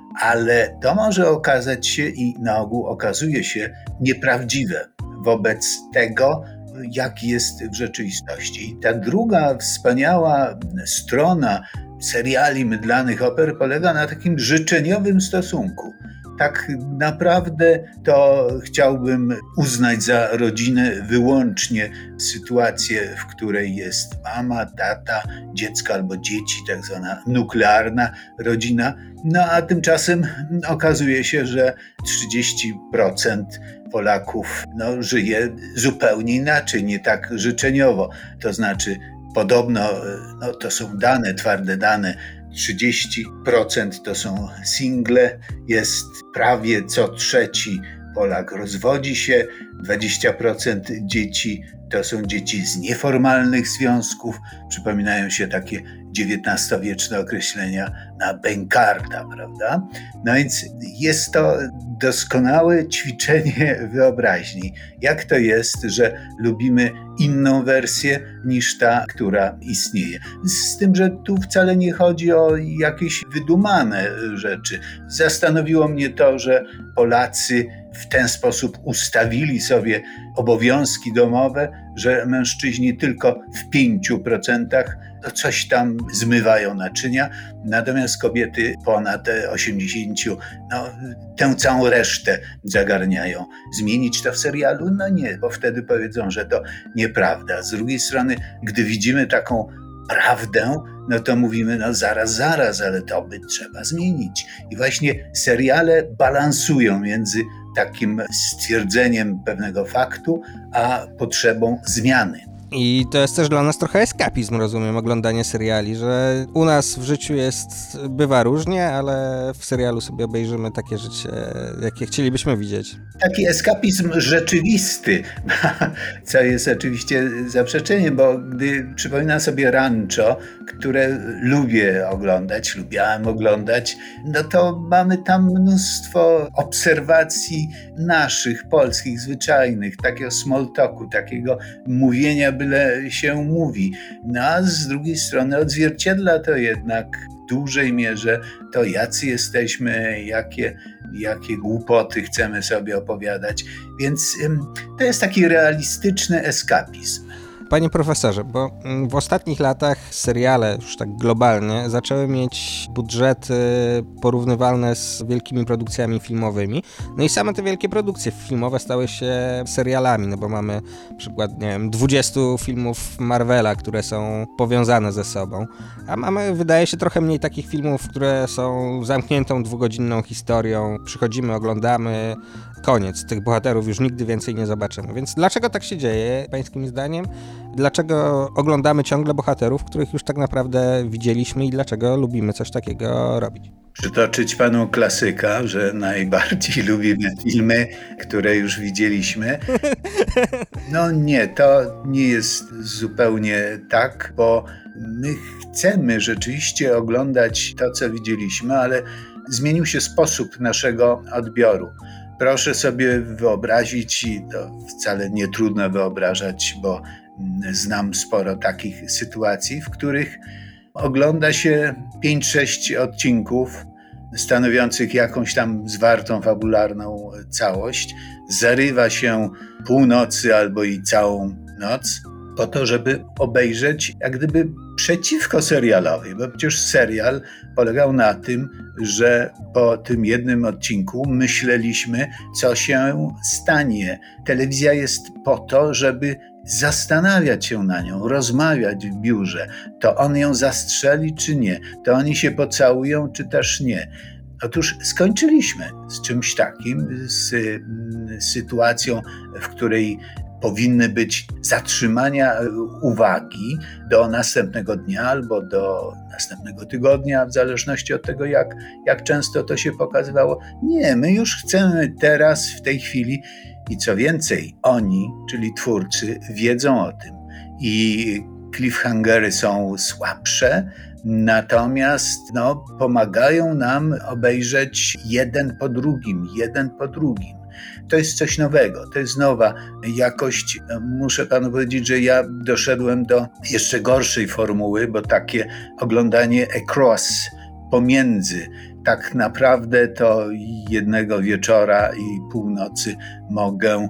Ale to może okazać się i na ogół okazuje się nieprawdziwe wobec tego, jak jest w rzeczywistości. I ta druga wspaniała strona seriali mydlanych oper polega na takim życzeniowym stosunku. Tak naprawdę to chciałbym uznać za rodzinę wyłącznie sytuację, w której jest mama, tata, dziecko albo dzieci, tak zwana nuklearna rodzina. No a tymczasem okazuje się, że trzydzieści procent Polaków no, żyje zupełnie inaczej, nie tak życzeniowo. To znaczy podobno, no, to są dane, twarde dane, trzydzieści procent to są single, jest prawie co trzeci Polak rozwodzi się, dwadzieścia procent dzieci to są dzieci z nieformalnych związków. Przypominają się takie dziewiętnastowieczne określenia na bękarta, prawda? No więc jest to doskonałe ćwiczenie wyobraźni. Jak to jest, że lubimy inną wersję niż ta, która istnieje. Z tym, że tu wcale nie chodzi o jakieś wydumane rzeczy. Zastanowiło mnie to, że Polacy w ten sposób ustawili sobie obowiązki domowe, że mężczyźni tylko w pięciu procentach coś tam zmywają naczynia, natomiast kobiety ponad osiemdziesiąt, no tę całą resztę zagarniają. Zmienić to w serialu? No nie, bo wtedy powiedzą, że to nieprawda. Z drugiej strony, gdy widzimy taką prawdę, no to mówimy, no zaraz, zaraz, ale to by trzeba zmienić. I właśnie seriale balansują między takim stwierdzeniem pewnego faktu, a potrzebą zmiany. I to jest też dla nas trochę eskapizm, rozumiem, oglądanie seriali, że u nas w życiu jest, bywa różnie, ale w serialu sobie obejrzymy takie życie, jakie chcielibyśmy widzieć. Taki eskapizm rzeczywisty, co jest oczywiście zaprzeczeniem, bo gdy przypominam sobie Rancho, które lubię oglądać, lubiałem oglądać, no to mamy tam mnóstwo obserwacji naszych, polskich, zwyczajnych, takiego small talku, takiego mówienia, byle się mówi. No a z drugiej strony odzwierciedla to jednak w dużej mierze to, jacy jesteśmy, jakie, jakie głupoty chcemy sobie opowiadać. Więc ym, to jest taki realistyczny eskapizm. Panie profesorze, bo w ostatnich latach seriale, już tak globalnie, zaczęły mieć budżety porównywalne z wielkimi produkcjami filmowymi. No i same te wielkie produkcje filmowe stały się serialami, no bo mamy przykład, nie wiem, dwudziestu filmów Marvela, które są powiązane ze sobą, a mamy, wydaje się, trochę mniej takich filmów, które są zamkniętą dwugodzinną historią. Przychodzimy, oglądamy, koniec. Tych bohaterów już nigdy więcej nie zobaczymy. Więc dlaczego tak się dzieje, pańskim zdaniem? Dlaczego oglądamy ciągle bohaterów, których już tak naprawdę widzieliśmy i dlaczego lubimy coś takiego robić? Przytoczyć panu klasyka, że najbardziej lubimy filmy, które już widzieliśmy. No nie, to nie jest zupełnie tak, bo my chcemy rzeczywiście oglądać to, co widzieliśmy, ale zmienił się sposób naszego odbioru. Proszę sobie wyobrazić, i to wcale nie trudno wyobrażać, bo znam sporo takich sytuacji, w których ogląda się pięć sześć odcinków stanowiących jakąś tam zwartą, fabularną całość. Zarywa się północy albo i całą noc po to, żeby obejrzeć jak gdyby przeciwko serialowi, bo przecież serial polegał na tym, że po tym jednym odcinku myśleliśmy, co się stanie. Telewizja jest po to, żeby zastanawiać się na nią, rozmawiać w biurze. To on ją zastrzeli, czy nie? To oni się pocałują, czy też nie? Otóż skończyliśmy z czymś takim, z sytuacją, w której powinny być zatrzymania uwagi do następnego dnia albo do następnego tygodnia, w zależności od tego, jak, jak często to się pokazywało. Nie, my już chcemy teraz, w tej chwili, i co więcej, oni, czyli twórcy, wiedzą o tym. I cliffhangery są słabsze, natomiast no, pomagają nam obejrzeć jeden po drugim, jeden po drugim. To jest coś nowego, to jest nowa jakość. Muszę panu powiedzieć, że ja doszedłem do jeszcze gorszej formuły, bo takie oglądanie across, pomiędzy, tak naprawdę to jednego wieczora i północy mogę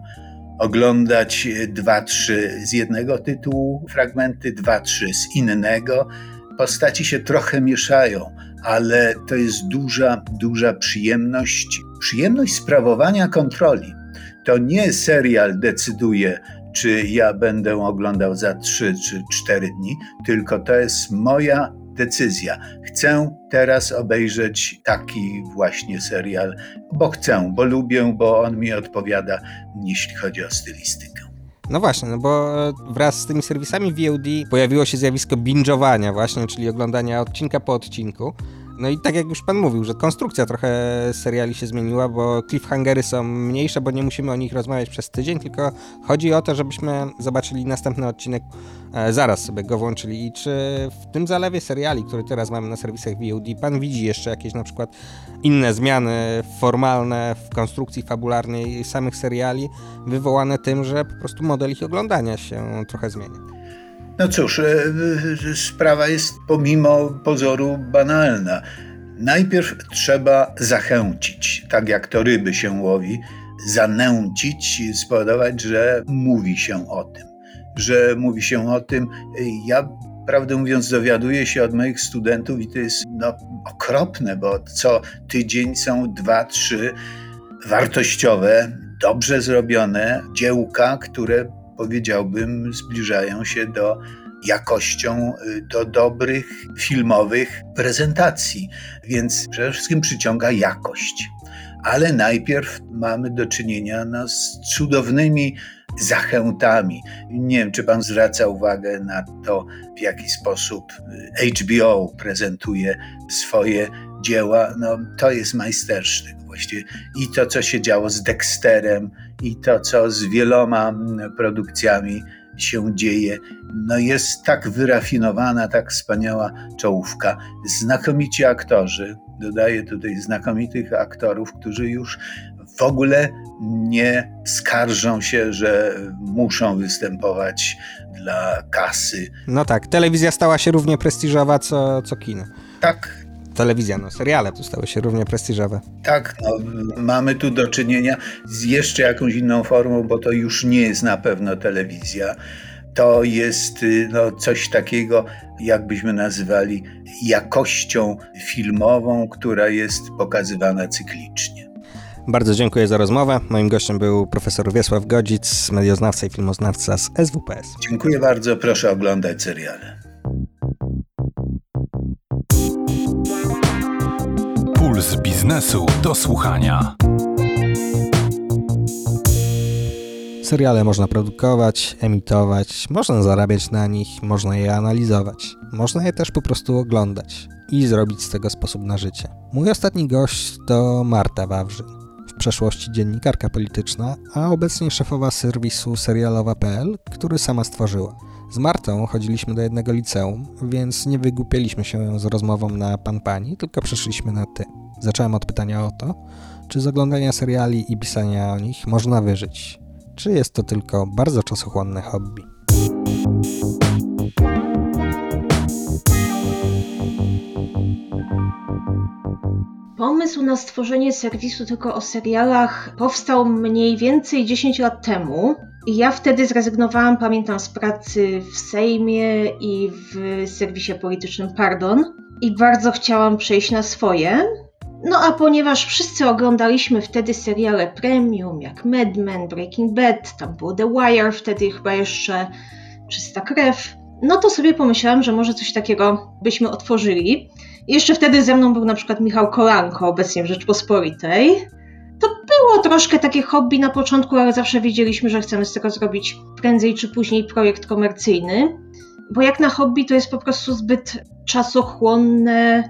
oglądać dwa, trzy z jednego tytułu fragmenty, dwa, trzy z innego. Postaci się trochę mieszają, ale to jest duża, duża przyjemność. Przyjemność sprawowania kontroli. To nie serial decyduje, czy ja będę oglądał za trzy czy cztery dni, tylko to jest moja decyzja. Chcę teraz obejrzeć taki właśnie serial, bo chcę, bo lubię, bo on mi odpowiada, jeśli chodzi o stylistykę. No właśnie, no bo wraz z tymi serwisami V O D pojawiło się zjawisko binge'owania właśnie, czyli oglądania odcinka po odcinku. No i tak jak już pan mówił, że konstrukcja trochę seriali się zmieniła, bo cliffhangery są mniejsze, bo nie musimy o nich rozmawiać przez tydzień, tylko chodzi o to, żebyśmy zobaczyli następny odcinek, e, zaraz sobie go włączyli. I czy w tym zalewie seriali, który teraz mamy na serwisach V O D, pan widzi jeszcze jakieś na przykład inne zmiany formalne w konstrukcji fabularnej samych seriali, wywołane tym, że po prostu model ich oglądania się trochę zmienia? No cóż, sprawa jest pomimo pozoru banalna. Najpierw trzeba zachęcić, tak jak to ryby się łowi, zanęcić, spowodować, że mówi się o tym. Że mówi się o tym. Ja, prawdę mówiąc, dowiaduję się od moich studentów i to jest no, okropne, bo co tydzień są dwa, trzy wartościowe, dobrze zrobione dziełka, które powiedziałbym, zbliżają się do jakością, do dobrych filmowych prezentacji. Więc przede wszystkim przyciąga jakość. Ale najpierw mamy do czynienia no, z cudownymi zachętami. Nie wiem, czy pan zwraca uwagę na to, w jaki sposób H B O prezentuje swoje dzieła. No, to jest majstersztyk właściwie. I to, co się działo z Dexterem, i to, co z wieloma produkcjami się dzieje. No jest tak wyrafinowana, tak wspaniała czołówka. Znakomici aktorzy. Dodaję tutaj znakomitych aktorów, którzy już w ogóle nie skarżą się, że muszą występować dla kasy. No tak, telewizja stała się równie prestiżowa co, co kino. Tak. Telewizja, no seriale tu stały się równie prestiżowe. Tak, no, mamy tu do czynienia z jeszcze jakąś inną formą, bo to już nie jest na pewno telewizja. to jest no, coś takiego, jakbyśmy nazywali jakością filmową, która jest pokazywana cyklicznie. Bardzo dziękuję za rozmowę. Moim gościem był profesor Wiesław Godzic, medioznawca i filmoznawca z S W P S. Dziękuję bardzo, proszę oglądać seriale. Puls biznesu do słuchania. Seriale można produkować, emitować, można zarabiać na nich, można je analizować. Można je też po prostu oglądać i zrobić z tego sposób na życie. Mój ostatni gość to Marta Wawrzyn. W przeszłości dziennikarka polityczna, a obecnie szefowa serwisu serialowa kropka pe el, który sama stworzyła. Z Martą chodziliśmy do jednego liceum, więc nie wygłupialiśmy się z rozmową na pan-pani, tylko przeszliśmy na ty. Zacząłem od pytania o to, czy z oglądania seriali i pisania o nich można wyżyć. Czy jest to tylko bardzo czasochłonne hobby? Pomysł na stworzenie serwisu tylko o serialach powstał mniej więcej dziesięć lat temu. I ja wtedy zrezygnowałam, pamiętam, z pracy w Sejmie i w serwisie politycznym Pardon. I bardzo chciałam przejść na swoje. No a ponieważ wszyscy oglądaliśmy wtedy seriale premium, jak Mad Men, Breaking Bad, tam było The Wire, wtedy chyba jeszcze Czysta Krew, no to sobie pomyślałam, że może coś takiego byśmy otworzyli. I jeszcze wtedy ze mną był na przykład Michał Kolanko, obecnie w Rzeczpospolitej. To było troszkę takie hobby na początku, ale zawsze wiedzieliśmy, że chcemy z tego zrobić prędzej czy później projekt komercyjny. Bo jak na hobby to jest po prostu zbyt czasochłonne,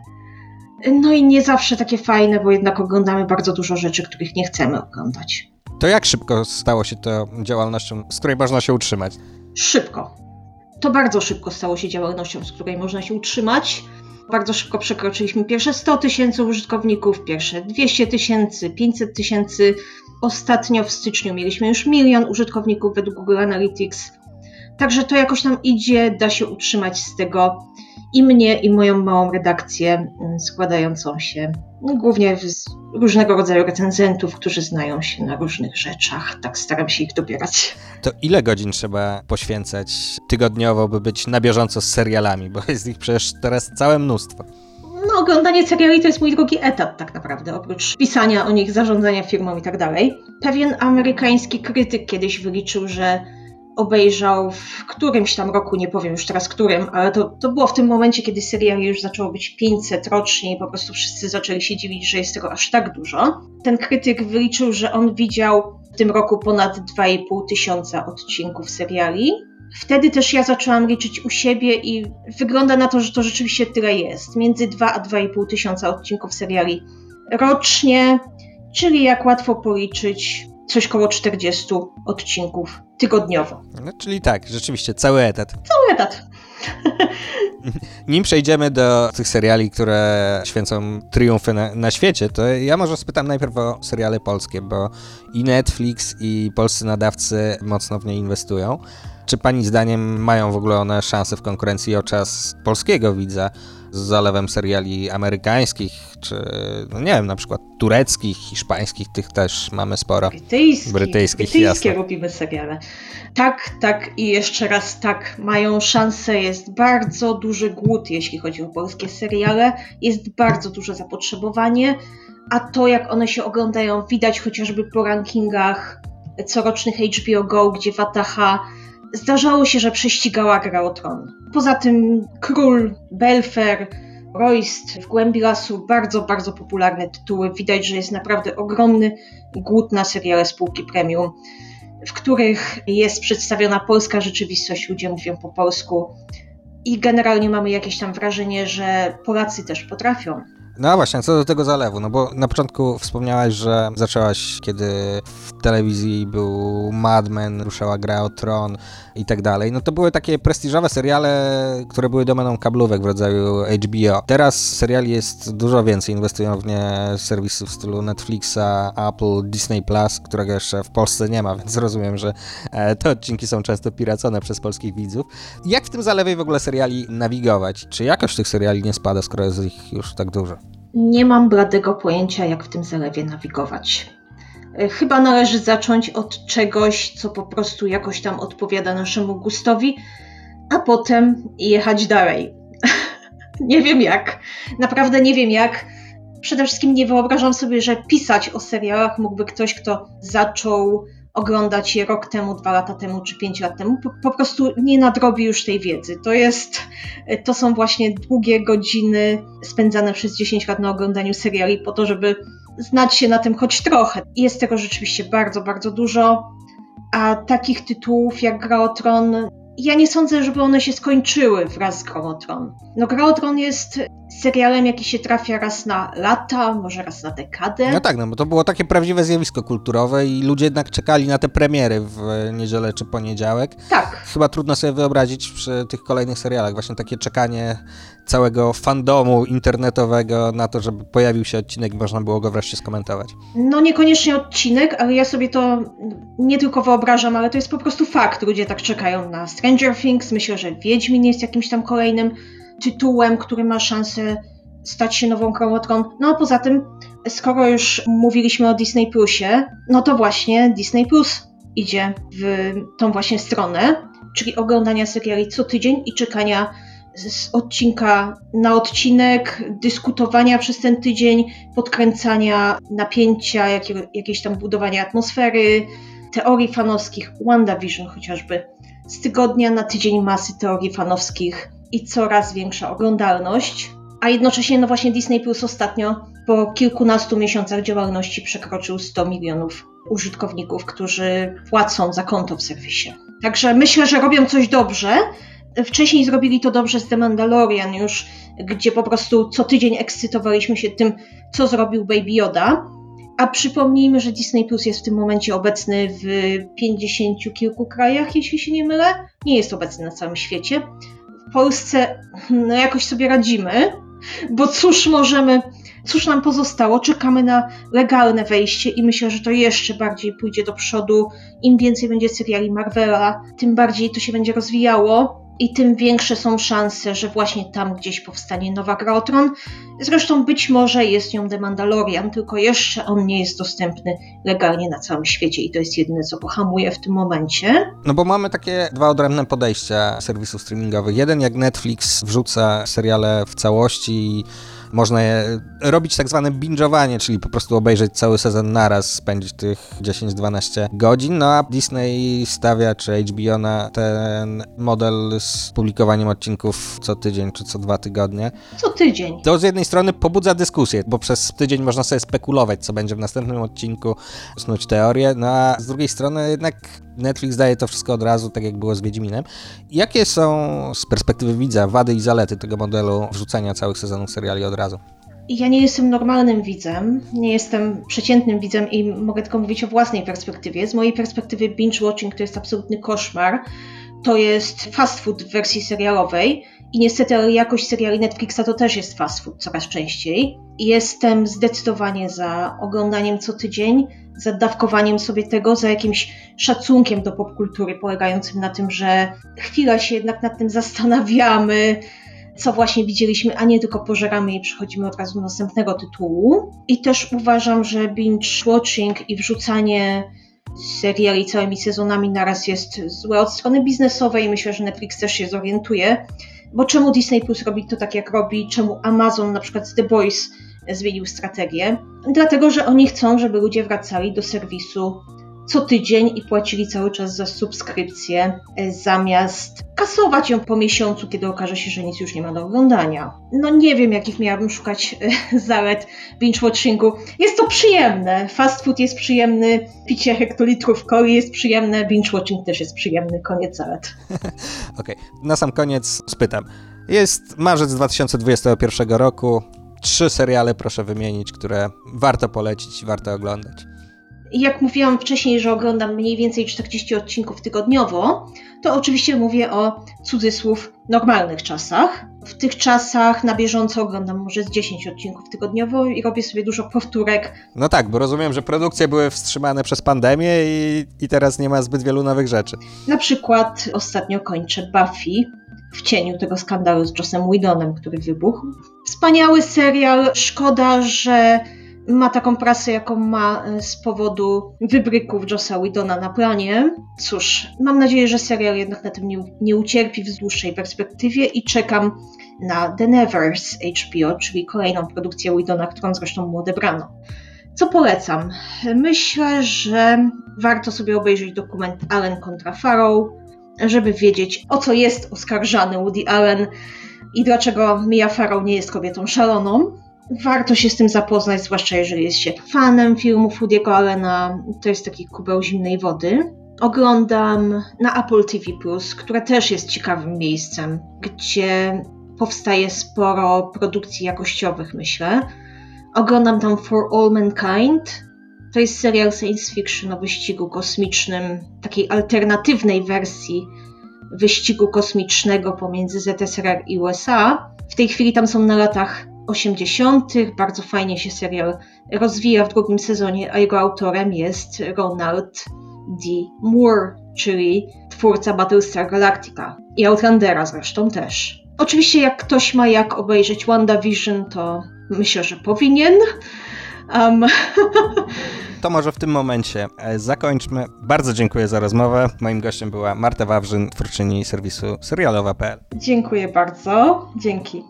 no i nie zawsze takie fajne, bo jednak oglądamy bardzo dużo rzeczy, których nie chcemy oglądać. To jak szybko stało się to działalnością, z której można się utrzymać? Szybko. To bardzo szybko stało się działalnością, z której można się utrzymać. Bardzo szybko przekroczyliśmy pierwsze sto tysięcy użytkowników, pierwsze dwieście tysięcy, pięćset tysięcy. Ostatnio w styczniu mieliśmy już milion użytkowników według Google Analytics. Także to jakoś nam idzie, da się utrzymać z tego i mnie, i moją małą redakcję składającą się no, głównie z różnego rodzaju recenzentów, którzy znają się na różnych rzeczach. Tak staram się ich dobierać. To ile godzin trzeba poświęcać tygodniowo, by być na bieżąco z serialami? Bo jest ich przecież teraz całe mnóstwo. No, oglądanie seriali to jest mój drugi etat tak naprawdę, oprócz pisania o nich, zarządzania firmą i tak dalej. Pewien amerykański krytyk kiedyś wyliczył, że obejrzał w którymś tam roku, nie powiem już teraz którym, ale to, to było w tym momencie, kiedy seriali już zaczęło być pięćset rocznie i po prostu wszyscy zaczęli się dziwić, że jest tego aż tak dużo. Ten krytyk wyliczył, że on widział w tym roku ponad dwa i pół tysiąca odcinków seriali. Wtedy też ja zaczęłam liczyć u siebie i wygląda na to, że to rzeczywiście tyle jest. Między dwa a dwa i pół tysiąca odcinków seriali rocznie, czyli jak łatwo policzyć, coś koło czterdzieści odcinków tygodniowo. No, czyli tak, rzeczywiście, cały etat. Cały etat. Nim przejdziemy do tych seriali, które święcą triumfy na, na świecie, to ja może spytam najpierw o seriale polskie, bo i Netflix, i polscy nadawcy mocno w nie inwestują. Czy pani zdaniem mają w ogóle one szansę w konkurencji o czas polskiego widza z zalewem seriali amerykańskich, czy no nie wiem, na przykład tureckich, hiszpańskich, tych też mamy sporo. Brytyjskich, brytyjskich, brytyjskie jasne. robimy seriale. Tak, tak i jeszcze raz tak, mają szansę, jest bardzo duży głód, jeśli chodzi o polskie seriale, jest bardzo duże zapotrzebowanie, a to jak one się oglądają widać chociażby po rankingach corocznych H B O Go, gdzie Wataha zdarzało się, że prześcigała Gra o Tron. Poza tym Król, Belfer, Royst, W głębi lasu, bardzo, bardzo popularne tytuły. Widać, że jest naprawdę ogromny głód na seriale spółki premium, w których jest przedstawiona polska rzeczywistość, ludzie mówią po polsku i generalnie mamy jakieś tam wrażenie, że Polacy też potrafią. No właśnie, co do tego zalewu, no bo na początku wspomniałaś, że zaczęłaś, kiedy w telewizji był Mad Men, ruszała Gra o Tron i tak dalej. No to były takie prestiżowe seriale, które były domeną kablówek w rodzaju H B O. Teraz seriali jest dużo więcej, inwestują w nie serwisy w stylu Netflixa, Apple, Disney Plus, którego jeszcze w Polsce nie ma, więc rozumiem, że te odcinki są często piracone przez polskich widzów. Jak w tym zalewie w ogóle seriali nawigować? Czy jakość tych seriali nie spada, skoro jest ich już tak dużo? Nie mam bladego pojęcia, jak w tym zalewie nawigować. Chyba należy zacząć od czegoś, co po prostu jakoś tam odpowiada naszemu gustowi, a potem jechać dalej. Nie wiem jak. Naprawdę nie wiem jak. Przede wszystkim nie wyobrażam sobie, że pisać o serialach mógłby ktoś, kto zaczął oglądać je rok temu, dwa lata temu czy pięć lat temu. Po, po prostu nie nadrobi już tej wiedzy. To jest, to są właśnie długie godziny spędzane przez dziesięć lat na oglądaniu seriali po to, żeby znać się na tym choć trochę. Jest tego rzeczywiście bardzo, bardzo dużo, a takich tytułów jak Gra o Tron, ja nie sądzę, żeby one się skończyły wraz z Grą o Tron. No Gra o Tron jest serialem, jaki się trafia raz na lata, może raz na dekadę. No tak, no bo to było takie prawdziwe zjawisko kulturowe i ludzie jednak czekali na te premiery w niedzielę czy poniedziałek. Tak. Chyba trudno sobie wyobrazić przy tych kolejnych serialach właśnie takie czekanie całego fandomu internetowego na to, żeby pojawił się odcinek i można było go wreszcie skomentować. No niekoniecznie odcinek, ale ja sobie to nie tylko wyobrażam, ale to jest po prostu fakt. Ludzie tak czekają na Stranger Things. Myślę, że Wiedźmin jest jakimś tam kolejnym tytułem, który ma szansę stać się nową Grą o Tron. No a poza tym, skoro już mówiliśmy o Disney Plusie, no to właśnie Disney Plus idzie w tą właśnie stronę, czyli oglądania seriali co tydzień i czekania z odcinka na odcinek, dyskutowania przez ten tydzień, podkręcania napięcia, jakie, jakieś tam budowania atmosfery, teorii fanowskich, WandaVision chociażby. Z tygodnia na tydzień masy teorii fanowskich i coraz większa oglądalność. A jednocześnie no właśnie Disney Plus ostatnio po kilkunastu miesiącach działalności przekroczył sto milionów użytkowników, którzy płacą za konto w serwisie. Także myślę, że robią coś dobrze. Wcześniej zrobili to dobrze z The Mandalorian już, gdzie po prostu co tydzień ekscytowaliśmy się tym, co zrobił Baby Yoda. A przypomnijmy, że Disney Plus jest w tym momencie obecny w pięćdziesięciu kilku krajach, jeśli się nie mylę. Nie jest obecny na całym świecie. W Polsce no jakoś sobie radzimy, bo cóż możemy, cóż nam pozostało? Czekamy na legalne wejście i myślę, że to jeszcze bardziej pójdzie do przodu. Im więcej będzie seriali Marvela, tym bardziej to się będzie rozwijało i tym większe są szanse, że właśnie tam gdzieś powstanie nowa Gra o Tron. Zresztą być może jest nią The Mandalorian, tylko jeszcze on nie jest dostępny legalnie na całym świecie i to jest jedyne, co pohamuje w tym momencie. No bo mamy takie dwa odrębne podejścia serwisów streamingowych. Jeden, jak Netflix wrzuca seriale w całości i można je robić tak zwane binge'owanie, czyli po prostu obejrzeć cały sezon naraz, spędzić tych dziesięć dwanaście godzin, no a Disney stawia, czy H B O na ten model z publikowaniem odcinków co tydzień, czy co dwa tygodnie. Co tydzień. To z jednej strony pobudza dyskusję, bo przez tydzień można sobie spekulować, co będzie w następnym odcinku, snuć teorię, no a z drugiej strony jednak Netflix daje to wszystko od razu, tak jak było z Wiedźminem. Jakie są z perspektywy widza wady i zalety tego modelu wrzucania całych sezonów seriali od razu? Ja nie jestem normalnym widzem, nie jestem przeciętnym widzem i mogę tylko mówić o własnej perspektywie. Z mojej perspektywy binge-watching to jest absolutny koszmar. To jest fast food w wersji serialowej i niestety ale jakość seriali Netflixa to też jest fast food coraz częściej. Jestem zdecydowanie za oglądaniem co tydzień, za dawkowaniem sobie tego, za jakimś szacunkiem do popkultury polegającym na tym, że chwila się jednak nad tym zastanawiamy, co właśnie widzieliśmy, a nie tylko pożeramy i przechodzimy od razu do następnego tytułu. I też uważam, że binge-watching i wrzucanie seriali całymi sezonami naraz jest złe od strony biznesowej. Myślę, że Netflix też się zorientuje, bo czemu Disney Plus robi to tak, jak robi, czemu Amazon na przykład z The Boys zmienił strategię? Dlatego, że oni chcą, żeby ludzie wracali do serwisu co tydzień i płacili cały czas za subskrypcję, zamiast kasować ją po miesiącu, kiedy okaże się, że nic już nie ma do oglądania. No nie wiem, jakich miałabym szukać zalet binge-watchingu. Jest to przyjemne. Fast food jest przyjemny, picie hektolitrów coli jest przyjemne, binge-watching też jest przyjemny. Koniec zalet. Okej, okay. Na sam koniec spytam. Jest marzec dwa tysiące dwudziestego pierwszego roku. Trzy seriale proszę wymienić, które warto polecić i warto oglądać. Jak mówiłam wcześniej, że oglądam mniej więcej czterdzieści odcinków tygodniowo, to oczywiście mówię o cudzysłów normalnych czasach. W tych czasach na bieżąco oglądam może z dziesięć odcinków tygodniowo i robię sobie dużo powtórek. No tak, bo rozumiem, że produkcje były wstrzymane przez pandemię i, i teraz nie ma zbyt wielu nowych rzeczy. Na przykład ostatnio kończę Buffy w cieniu tego skandalu z Jossem Whedonem, który wybuchł. Wspaniały serial, szkoda, że ma taką prasę, jaką ma z powodu wybryków Jossa Whedona na planie. Cóż, mam nadzieję, że serial jednak na tym nie, nie ucierpi w dłuższej perspektywie i czekam na The Nevers H B O, czyli kolejną produkcję Whedona, którą zresztą mu odebrano. Co polecam? Myślę, że warto sobie obejrzeć dokument Allen kontra Farrow, żeby wiedzieć, o co jest oskarżany Woody Allen i dlaczego Mia Farrow nie jest kobietą szaloną. Warto się z tym zapoznać, zwłaszcza jeżeli jest się fanem filmów Woody'ego Allena. To jest taki kubeł zimnej wody. Oglądam na Apple T V plus, które też jest ciekawym miejscem, gdzie powstaje sporo produkcji jakościowych, myślę. Oglądam tam For All Mankind. To jest serial science fiction o wyścigu kosmicznym, takiej alternatywnej wersji wyścigu kosmicznego pomiędzy Z S R R i U S A. W tej chwili tam są na latach osiemdziesiątych. Bardzo fajnie się serial rozwija w drugim sezonie, a jego autorem jest Ronald D. Moore, czyli twórca Battlestar Galactica i Outlandera zresztą też. Oczywiście jak ktoś ma jak obejrzeć WandaVision, to myślę, że powinien. Um. To może w tym momencie zakończmy. Bardzo dziękuję za rozmowę. Moim gościem była Marta Wawrzyn, twórczyni serwisu serialowa kropka p l. Dziękuję bardzo. Dzięki.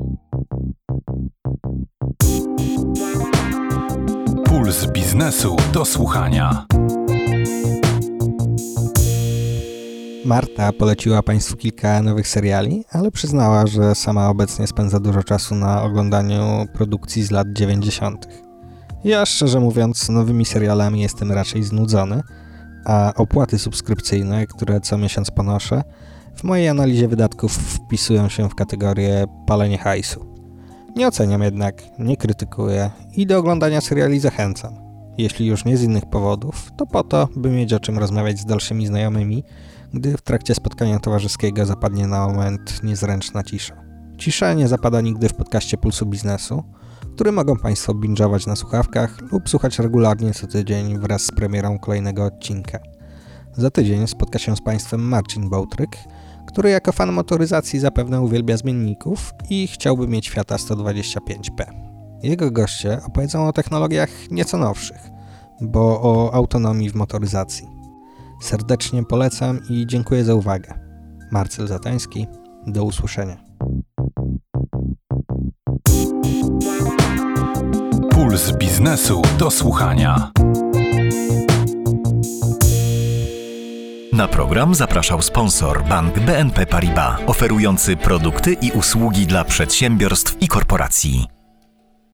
Puls biznesu do słuchania. Marta poleciła Państwu kilka nowych seriali, ale przyznała, że sama obecnie spędza dużo czasu na oglądaniu produkcji z lat dziewięćdziesiątych. Ja, szczerze mówiąc, nowymi serialami jestem raczej znudzony, a opłaty subskrypcyjne, które co miesiąc ponoszę, w mojej analizie wydatków wpisują się w kategorię palenie hajsu. Nie oceniam jednak, nie krytykuję i do oglądania seriali zachęcam. Jeśli już nie z innych powodów, to po to, by mieć o czym rozmawiać z dalszymi znajomymi, gdy w trakcie spotkania towarzyskiego zapadnie na moment niezręczna cisza. Cisza nie zapada nigdy w podcaście Pulsu Biznesu, który mogą Państwo binge'ować na słuchawkach lub słuchać regularnie co tydzień wraz z premierą kolejnego odcinka. Za tydzień spotka się z Państwem Marcin Bołtryk, który jako fan motoryzacji zapewne uwielbia zmienników i chciałby mieć Fiata sto dwadzieścia pięć P. Jego goście opowiedzą o technologiach nieco nowszych, bo o autonomii w motoryzacji. Serdecznie polecam i dziękuję za uwagę. Marcel Zatoński, do usłyszenia. Puls biznesu do słuchania. Na program zapraszał sponsor bank B N P Paribas, oferujący produkty i usługi dla przedsiębiorstw i korporacji.